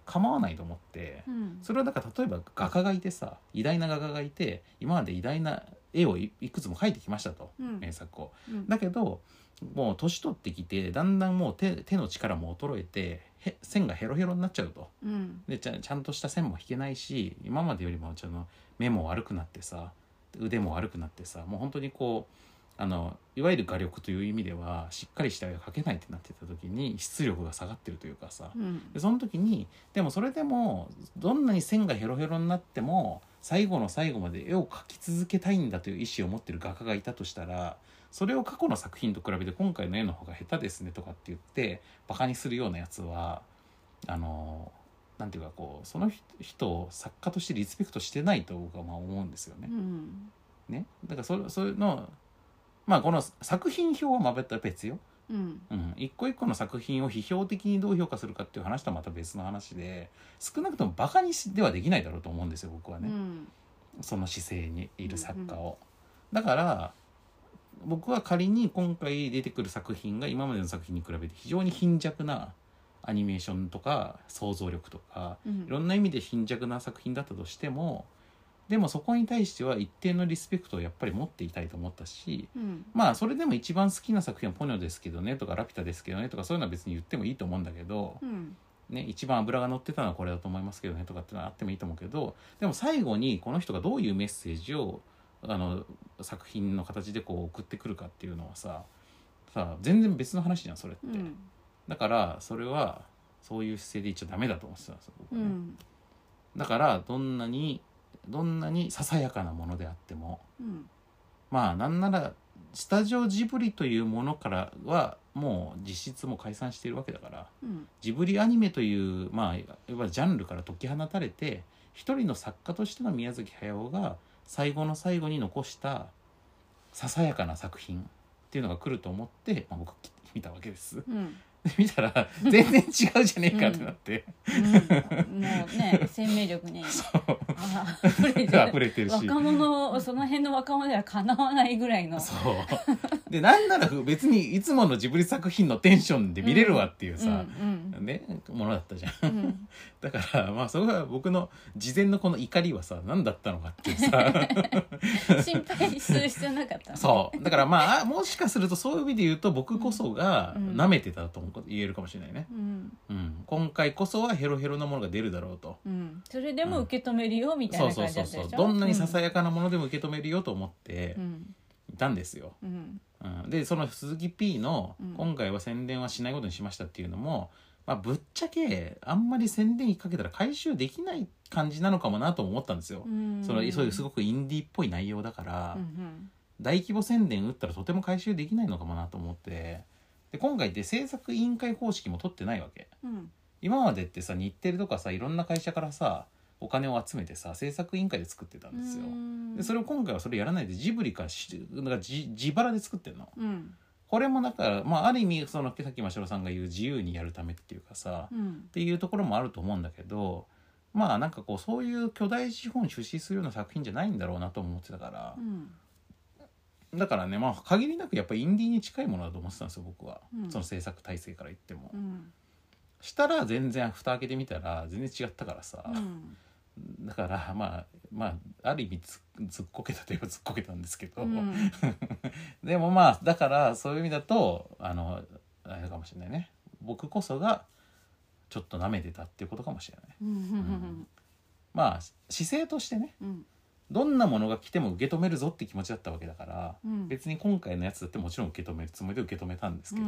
構わないと思って、それはだから例えば画家がいてさ、偉大な画家がいて今まで偉大な絵をいくつも描いてきましたと、名作を、だけどもう年取ってきてだんだんもう手の力も衰えて線がヘロヘロになっちゃうと、でちゃんとした線も引けないし、今までよりも目も悪くなってさ、腕も悪くなってさ、もう本当にこういわゆる画力という意味ではしっかりした絵が描けないってなってた時に出力が下がってるというかさ、でその時にでもそれでもどんなに線がヘロヘロになっても最後の最後まで絵を描き続けたいんだという意思を持ってる画家がいたとしたら、それを過去の作品と比べて今回の絵の方が下手ですねとかって言ってバカにするようなやつはなんていうかこうその人を作家としてリスペクトしてないと僕は思うんですよね。ね、だからそういうのこの作品評は別よ、一個一個の作品を批評的にどう評価するかっていう話とはまた別の話で、少なくともバカにではできないだろうと思うんですよ僕はね、その姿勢にいる作家を、だから僕は仮に今回出てくる作品が今までの作品に比べて非常に貧弱なアニメーションとか想像力とか、いろんな意味で貧弱な作品だったとしても、でもそこに対しては一定のリスペクトをやっぱり持っていたいと思ったし、それでも一番好きな作品はポニョですけどねとかラピュタですけどねとかそういうのは別に言ってもいいと思うんだけど、一番脂が乗ってたのはこれだと思いますけどねとかってのはあってもいいと思うけど、でも最後にこの人がどういうメッセージを作品の形でこう送ってくるかっていうのはさ全然別の話じゃんそれって、だからそれはそういう姿勢で言っちゃダメだと思ってたんですよ僕はね、だからどんなにささやかなものであっても、なんならスタジオジブリというものからはもう実質も解散しているわけだから、ジブリアニメといういわゆるジャンルから解き放たれて一人の作家としての宮崎駿が最後の最後に残したささやかな作品っていうのが来ると思って、僕は見たわけです、見たら全然違うじゃねえかってなって、 もうね生命力ね溢れてるし、その辺の若者ではかなわないぐらいのでなんなら別にいつものジブリ作品のテンションで見れるわっていうさ、ものだったじゃん、だからそれは僕の事前のこの怒りはさ何だったのかっていうさ心配する必要なかったそうだからもしかするとそういう意味で言うと僕こそが舐めてたと言えるかもしれないね、今回こそはヘロヘロなものが出るだろうと、 それでも受け止めるよみたいな感じだったでしょ。 どんなにささやかなものでも受け止めるよと思っていたんですよ、でその鈴木 P の今回は宣伝はしないことにしましたっていうのも、ぶっちゃけあんまり宣伝かけたら回収できない感じなのかもなと思ったんですよ、そういうすごくインディーっぽい内容だから、大規模宣伝打ったらとても回収できないのかもなと思って、で今回って制作委員会方式も取ってないわけ、今までってさ日テレとかさいろんな会社からさお金を集めてさ制作委員会で作ってたんですよ。でそれを今回はそれやらないでジブリから自腹で作ってるの、これもだからある意味さっき真城さんが言う自由にやるためっていうかさ、っていうところもあると思うんだけど、なんかこうそういう巨大資本出資するような作品じゃないんだろうなと思ってたから、だからね限りなくやっぱりインディーに近いものだと思ってたんですよ僕は、その制作体制から言っても、したら全然蓋開けてみたら全然違ったからさ、だからある意味ずっこけたといえばずっこけたんですけど、でもだからそういう意味だとあれかもしれないね、僕こそがちょっと舐めてたっていうことかもしれない、姿勢としてね、どんなものが来ても受け止めるぞって気持ちだったわけだから、別に今回のやつだってもちろん受け止めるつもりで受け止めたんですけど、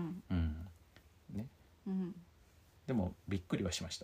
でもびっくりはしました、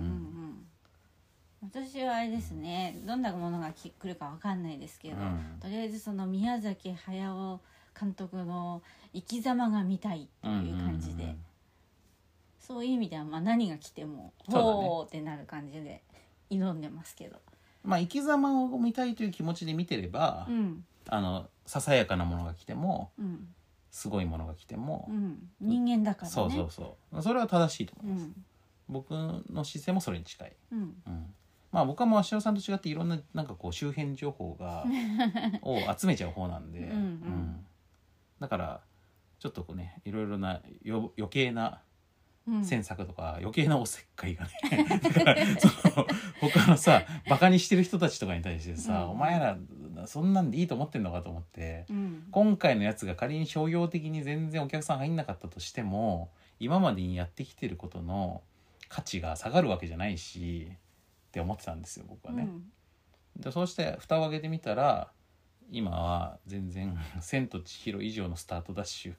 私はあれですね、どんなものが来るか分かんないですけど、とりあえずその宮崎駿監督の生き様が見たいっていう感じで、そういう意味では何が来てもほーってなる感じで挑んでますけど、 生き様を見たいという気持ちで見てれば、ささやかなものが来ても、すごいものが来ても、 人間だからね、 そうそれは正しいと思います、僕の姿勢もそれに近い、僕はもう芦尾さんと違っていろんななんかこう周辺情報を集めちゃう方なんでだからちょっとこうねいろいろな余計な詮索とか余計なおせっかいがねだからその他のさバカにしてる人たちとかに対してさ、お前らそんなんでいいと思ってんのかと思って、今回のやつが仮に商業的に全然お客さん入んなかったとしても、今までにやってきてることの価値が下がるわけじゃないしって思ってたんですよ僕はね。でそうして蓋を開けてみたら今は全然千と千尋以上のスタートダッシュ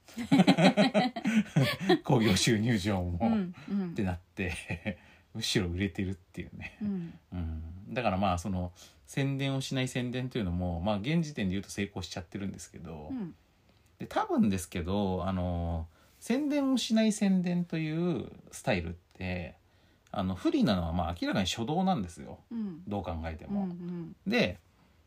興行収入上も、ってなってむしろ売れてるっていうね、だからまあその宣伝をしない宣伝というのもまあ現時点で言うと成功しちゃってるんですけど、で多分ですけど宣伝をしない宣伝というスタイルって不利なのはまあ明らかに初動なんですよ、どう考えても。で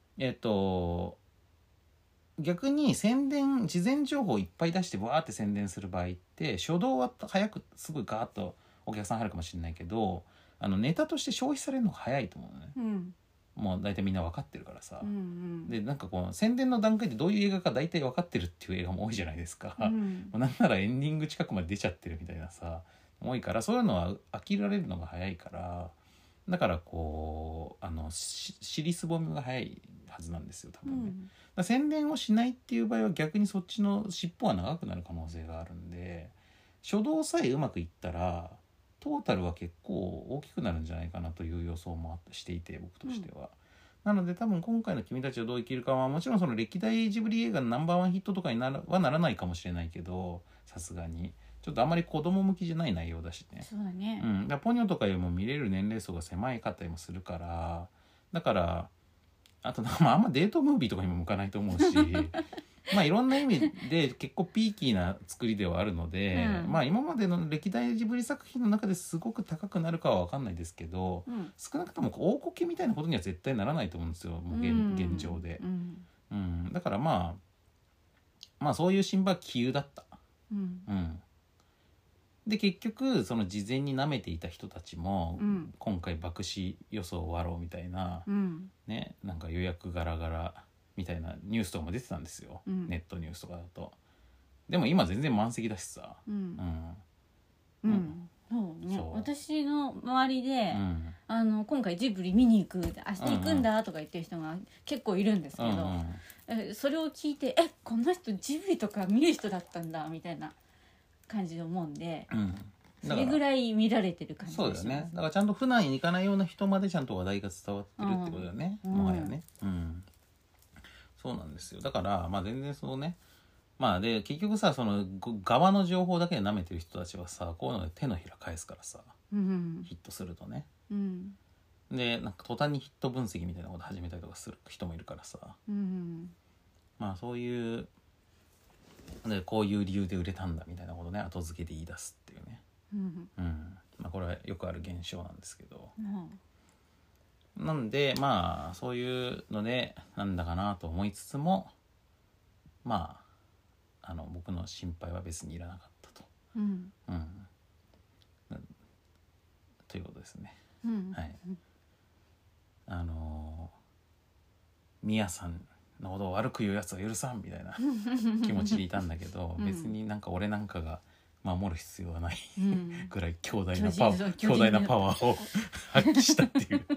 逆に宣伝事前情報をいっぱい出してバーって宣伝する場合って初動は早くすごいガーッとお客さん入るかもしれないけどネタとして消費されるのが早いと思うのね、もう大体みんな分かってるからさ、でなんかこう宣伝の段階でどういう映画か大体分かってるっていう映画も多いじゃないですか、なんならエンディング近くまで出ちゃってるみたいなさ多いから、そういうのは飽きられるのが早いから、だからこう尻すぼみが早いはずなんですよ多分ね、だ宣伝をしないっていう場合は逆にそっちの尻尾は長くなる可能性があるんで、初動さえうまくいったらトータルは結構大きくなるんじゃないかなという予想もしていて僕としては、なので多分今回の君たちはどう生きるかはもちろんその歴代ジブリ映画のナンバーワンヒットとかにならないかもしれないけど、さすがにちょっとあんまり子供向きじゃない内容だしね。 そうだね。 だポニョとかよりも見れる年齢層が狭いかったりもするから、だからあとあんまデートムービーとかにも向かないと思うしまあいろんな意味で結構ピーキーな作りではあるので、まあ今までの歴代ジブリ作品の中ですごく高くなるかは分かんないですけど、少なくとも大こけみたいなことには絶対ならないと思うんですよもう現状で、だからまあそういうシンバは杞憂だった、で結局その事前に舐めていた人たちも、今回爆死予想わろうみたいな、ね、なんか予約ガラガラみたいなニュースとかも出てたんですよ、ネットニュースとかだと。でも今全然満席だしさ、 そうね、私の周りで、今回ジブリ見に行く明日行くんだとか言ってる人が結構いるんですけど、それを聞いてこの人ジブリとか見る人だったんだみたいな感じで思うんで、それぐらい見られてる感じがします。 そうだよね。だからちゃんと普段行かないような人までちゃんと話題が伝わってるってことだよね、もはやね、そうなんですよ。だからまあ全然そうね、まあで結局さその側の情報だけで舐めてる人たちはさこういうので手のひら返すからさ、ヒットするとね、でなんか途端にヒット分析みたいなこと始めたりとかする人もいるからさ、まあそういうでこういう理由で売れたんだみたいなことね後付けで言い出すっていうね、まあこれはよくある現象なんですけど、なんでまあそういうのでなんだかなと思いつつもまあ僕の心配は別にいらなかったと、ということですね、はい。ミヤさんのことを悪く言うやつは許さんみたいな気持ちでいたんだけど、別になんか俺なんかが守る必要はないぐらい強大なパワーを発揮したっていう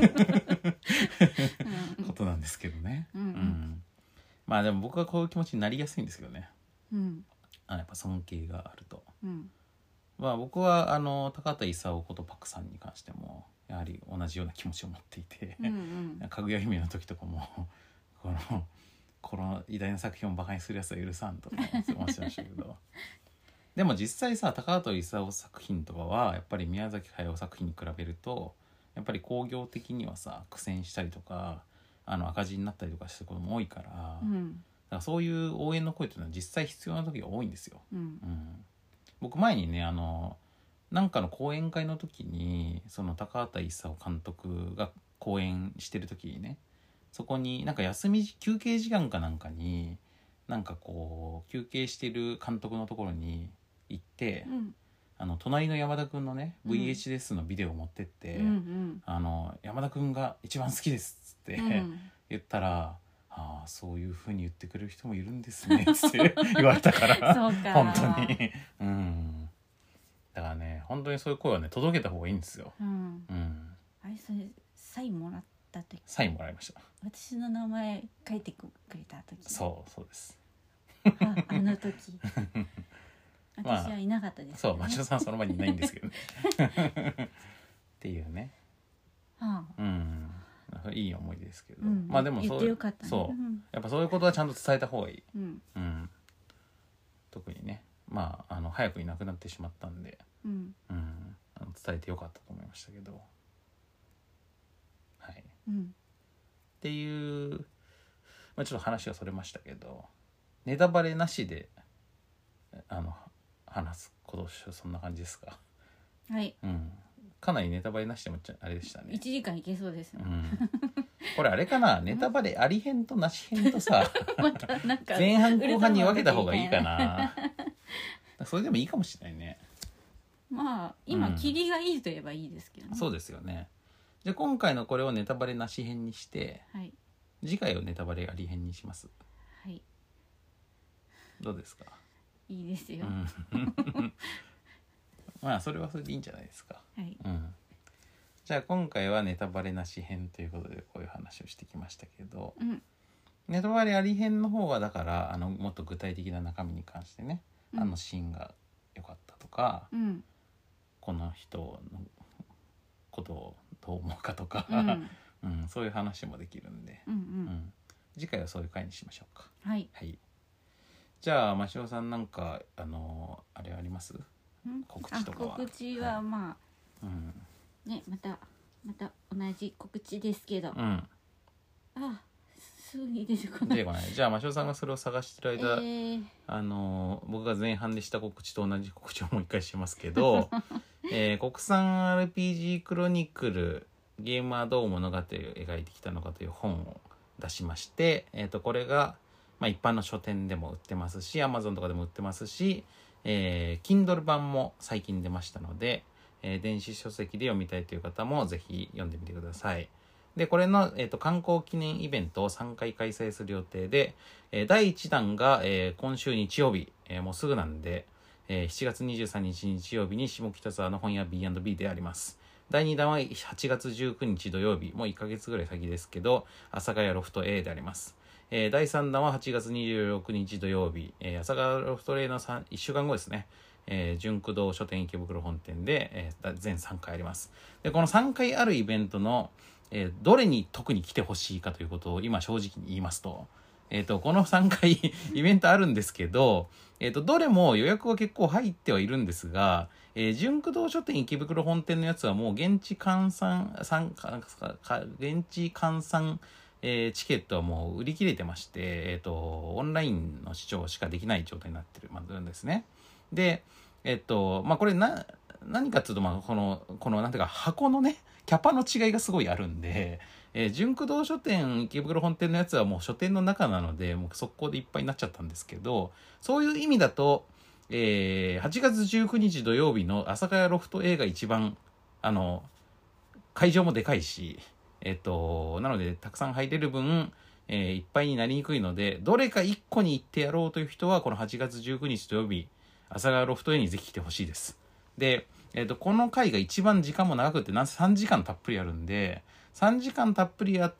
ことなんですけどね、まあでも僕はこういう気持ちになりやすいんですけどね、やっぱ尊敬があると、まあ僕は高畑勲ことパクさんに関してもやはり同じような気持ちを持っていて、かぐや姫の時とかもこの偉大な作品をバカにするやつは許さんとか思ってましたけどでも実際さ高畑勲作品とかはやっぱり宮崎駿作品に比べるとやっぱり興行的にはさ苦戦したりとか赤字になったりとかすることも多いから、だからそういう応援の声っていうのは実際必要な時が多いんですよ、僕前にねなんかの講演会の時にその高畑勲監督が講演してる時にね、そこになんか休憩時間かなんかになんかこう休憩してる監督のところに行って、隣の山田くんのね VHS のビデオを持ってって、山田くんが一番好きですって、言ったらそういう風に言ってくれる人もいるんですねって言われたから本当に、 だからね本当にそういう声はね届けた方がいいんですよ。 あれそれサインもらった時、 サインもらいました。 私の名前書いてくれた時、 そうです。 あの時私はいなかったです、 そう、町田さんその場にいないんですけどねっていうね、いい思い出ですけど、まあでも言ってよかったね。 そう、やっぱそういうことはちゃんと伝えた方がいい。特にね、まあ早くいなくなってしまったんで、伝えてよかったと思いましたけど、はい、っていう、まあ、ちょっと話はそれましたけど、ネタバレなしで話すことそんな感じですか。 はい、 かなりネタバレなしでもあれでしたね。 1時間いけそうですね。 これあれかな、ネタバレあり編となし編とさまたなんか前半後半に分けた方がいいかなそれでもいいかもしれないね。 まあ今切りがいいと言えばいいですけどね。 そうですよね。じゃあ今回のこれをネタバレなし編にして、次回をネタバレあり編にします。 はい、 どうですか。 いいですよ、 まあそれはそれでいいんじゃないですか。じゃあ今回はネタバレなし編ということでこういう話をしてきましたけど、ネタバレあり編の方はだからもっと具体的な中身に関してね、あのシーンが良かったとか、この人のことをどう思うかとか、そういう話もできるんで、次回はそういう回にしましょうか。はい、じゃあ真汐さんなんかあれあります？告知とかは。 告知はまあ、ね、また同じ告知ですけど、すぐに出てこない。 じゃあ真汐さんがそれを探してる間、僕が前半でした告知と同じ告知をもう一回しますけど国産 RPG クロニクルゲームはどう物語を描いてきたのかという本を出しまして、これが、一般の書店でも売ってますし Amazon とかでも売ってますし、Kindle 版も最近出ましたので、電子書籍で読みたいという方もぜひ読んでみてください。でこれの、観光記念イベントを3回開催する予定で、第1弾が、今週日曜日、もうすぐなんで、7月23日日曜日に下北沢の本屋 B&B であります。第2弾は8月19日土曜日、もう1ヶ月ぐらい先ですけど、阿佐ヶ谷ロフト A であります。第3弾は8月26日土曜日、阿佐ヶ谷ロフト A の1週間後ですね。純駆動書店池袋本店で、全3回あります。でこの3回あるイベントの、どれに特に来てほしいかということを今正直に言いますと、この3回イベントあるんですけど、どれも予約は結構入ってはいるんですが、純駆動書店池袋本店のやつはもう現地換算チケットはもう売り切れてまして、オンラインの視聴しかできない状態になってるんですね。で、これ何かっていうと、このなんていうか箱のねキャパの違いがすごいあるんで、純駆動書店池袋本店のやつはもう書店の中なのでもう速攻でいっぱいになっちゃったんですけど、そういう意味だと、8月19日土曜日の阿佐ヶ谷ロフト A が一番会場もでかいし、なのでたくさん入れる分、いっぱいになりにくいので、どれか1個に行ってやろうという人はこの8月19日土曜日阿佐ヶ谷ロフト A にぜひ来てほしいです。で、この回が一番時間も長くて3時間たっぷりあるんで、3時間たっぷりやって、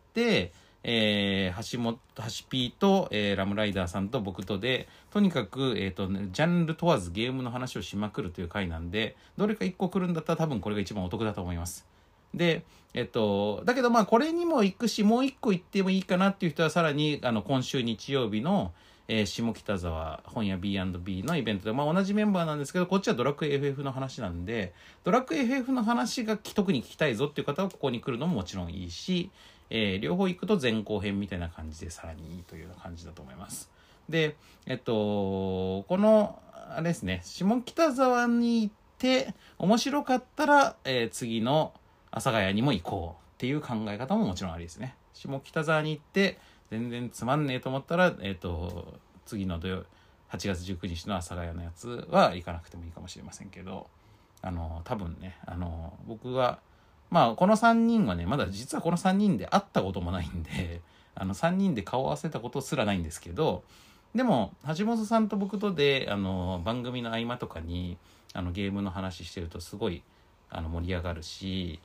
橋P と、ラムライダーさんと僕とでとにかく、ジャンル問わずゲームの話をしまくるという回なんで、どれか1個来るんだったら多分これが一番お得だと思います。で、だけどこれにも行くしもう1個行ってもいいかなっていう人はさらに今週日曜日の下北沢本屋 B&B のイベントで、同じメンバーなんですけど、こっちはドラクエ FF の話なんで、ドラクエ FF の話が特に聞きたいぞっていう方はここに来るのももちろんいいし、両方行くと前後編みたいな感じでさらにいいというような感じだと思います。で、このあれですね、下北沢に行って面白かったら、次の阿佐ヶ谷にも行こうっていう考え方ももちろんありですね。下北沢に行って全然つまんねえと思ったら、次の土曜8月19日の阿佐ヶ谷のやつは行かなくてもいいかもしれませんけど、多分ね、僕はこの3人はね、まだ実はこの3人で会ったこともないんで、3人で顔を合わせたことすらないんですけど、でも橋本さんと僕とで番組の合間とかにゲームの話してるとすごい盛り上がるし、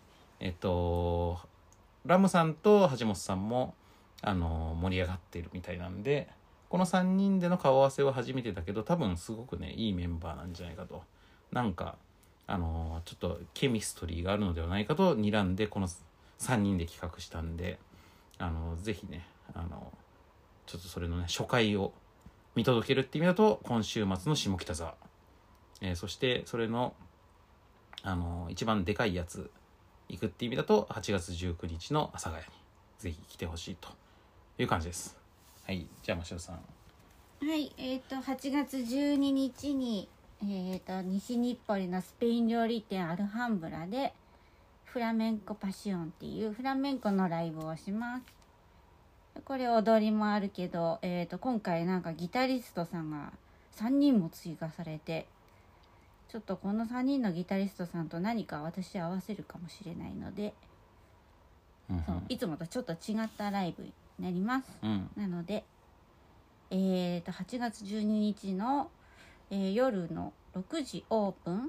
ラムさんと橋本さんも盛り上がっているみたいなんで、この3人での顔合わせは初めてだけど多分すごくねいいメンバーなんじゃないかと、なんかちょっとケミストリーがあるのではないかと睨んでこの3人で企画したんで、ぜひねちょっとそれのね初回を見届けるって意味だと今週末の下北沢、そしてそれの一番でかいやつ行くって意味だと8月19日の阿佐ヶ谷にぜひ来てほしいという感じです。はい、じゃあ真城さん。 はい、8月12日に、西日暮里のスペイン料理店アルハンブラでフラメンコパシオンっていうフラメンコのライブをします。これ踊りもあるけど、今回なんかギタリストさんが3人も追加されて、ちょっとこの3人のギタリストさんと何か私合わせるかもしれないので、そういつもとちょっと違ったライブになります、なので、8月12日の、夜の6時オープン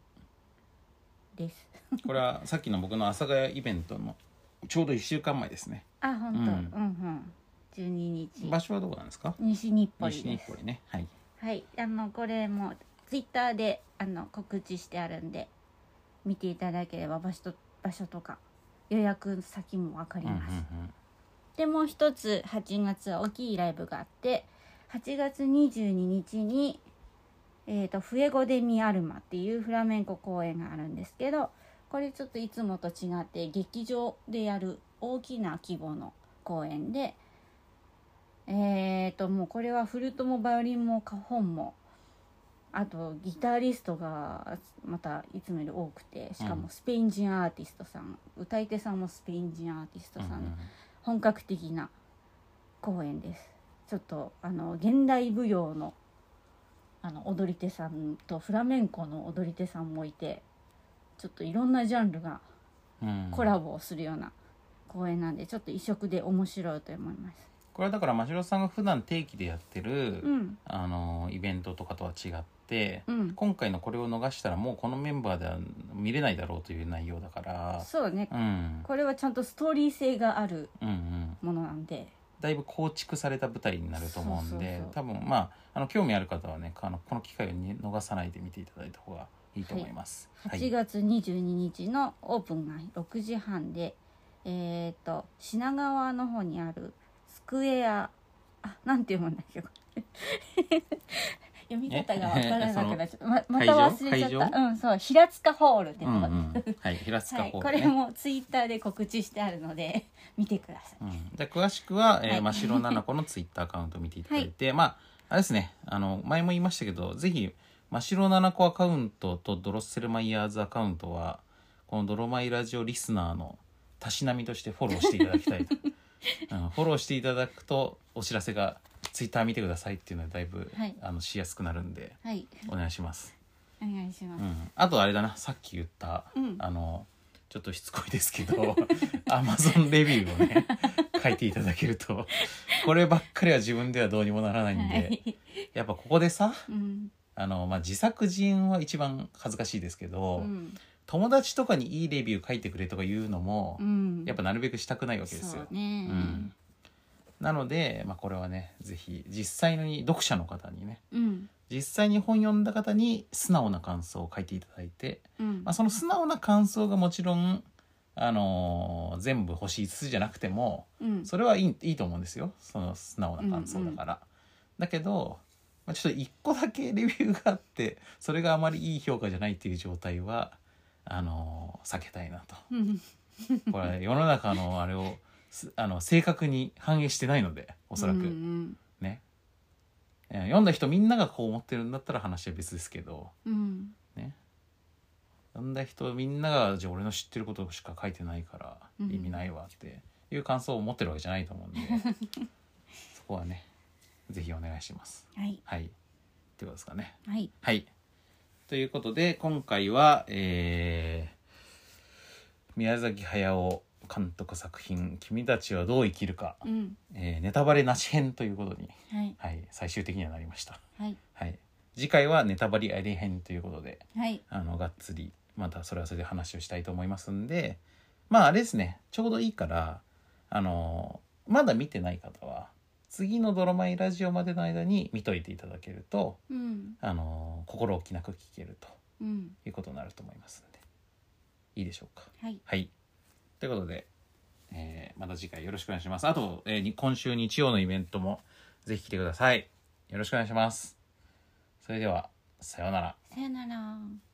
ですこれはさっきの僕の阿佐ヶ谷イベントのちょうど1週間前ですね。 あ、本当。12日場所はどこなんですか？ 西日暮里です。 西日暮里ね。はい、 はい、これもツイッターで告知してあるんで見ていただければ場所とか予約先も分かります、でもう一つ8月は大きいライブがあって、8月22日にフエゴ・デ・ミ・アルマっていうフラメンコ公演があるんですけど、これちょっといつもと違って劇場でやる大きな規模の公演で、もうこれはフルートもバイオリンもカホンもあとギタリストがまたいつもより多くて、しかもスペイン人アーティストさん、歌い手さんもスペイン人アーティストさんで、本格的な公演です。ちょっと現代舞踊の踊り手さんとフラメンコの踊り手さんもいて、ちょっといろんなジャンルがコラボをするような公演なんで、ちょっと異色で面白いと思います。 これはだから真城さんが普段定期でやってる、イベントとかとは違って、今回のこれを逃したらもうこのメンバーでは見れないだろうという内容だから、 そうね、これはちゃんとストーリー性があるものなんで、 だいぶ構築された舞台になると思うんで、多分興味ある方はねこの機会を逃さないで見ていただいた方がいいと思います、 8月22日のオープンが6時半で、品川の方にあるスクエア、なんて読むんだっけ読み方が分からなくなっちゃった、また忘れちゃった。そう、平塚ホールってとこで、はい、平塚ホール、これもツイッターで告知してあるので見てください、 じゃ詳しくは真城菜々子のツイッターアカウントを見ていただいて、あれですね、前も言いましたけど、ぜひ真城菜々子アカウントとドロッセルマイヤーズアカウントはこのドロマイラジオリスナーのたしなみとしてフォローしていただきたいとフォローしていただくとお知らせがツイッター見てくださいっていうのでだいぶ、しやすくなるんで、お願いします。 お願いします、 あとあれだな、さっき言った、ちょっとしつこいですけどAmazon レビューをね書いていただけると、こればっかりは自分ではどうにもならないんで、やっぱここでさ、自作自演は一番恥ずかしいですけど、友達とかにいいレビュー書いてくれとか言うのも、やっぱなるべくしたくないわけですよ。なので、これはねぜひ実際に読者の方にね、実際に本読んだ方に素直な感想を書いていただいて、その素直な感想がもちろん、全部星5つじゃなくても、それはいいと思うんですよ、その素直な感想だから。だけど、ちょっと1個だけレビューがあってそれがあまりいい評価じゃないっていう状態は避けたいなとこれは世の中のあれを正確に反映してないので、おそらく、ね、読んだ人みんながこう思ってるんだったら話は別ですけど、ね、読んだ人みんながじゃあ俺の知ってることしか書いてないから意味ないわっていう感想を持ってるわけじゃないと思うんでそこはねぜひお願いします。はい。ってことですかね。はい。ということで今回は、宮崎駿監督作品「君たちはどう生きるか」ネタバレなし編ということに、最終的にはなりました。 次回はネタバレあり編ということで、 はい、 がっつりまたそれはそれで話をしたいと思いますんで、まああれですね、ちょうどいいからまだ見てない方は次のドロマイラジオまでの間に見といていただけると、 うん、 心置きなく聞けるとうん、 いうことになると思いますんで、いいでしょうか。 はい、 はい、ということで、また次回よろしくお願いします。あと、今週日曜のイベントもぜひ来てください。よろしくお願いします。それではさようなら。 さよなら。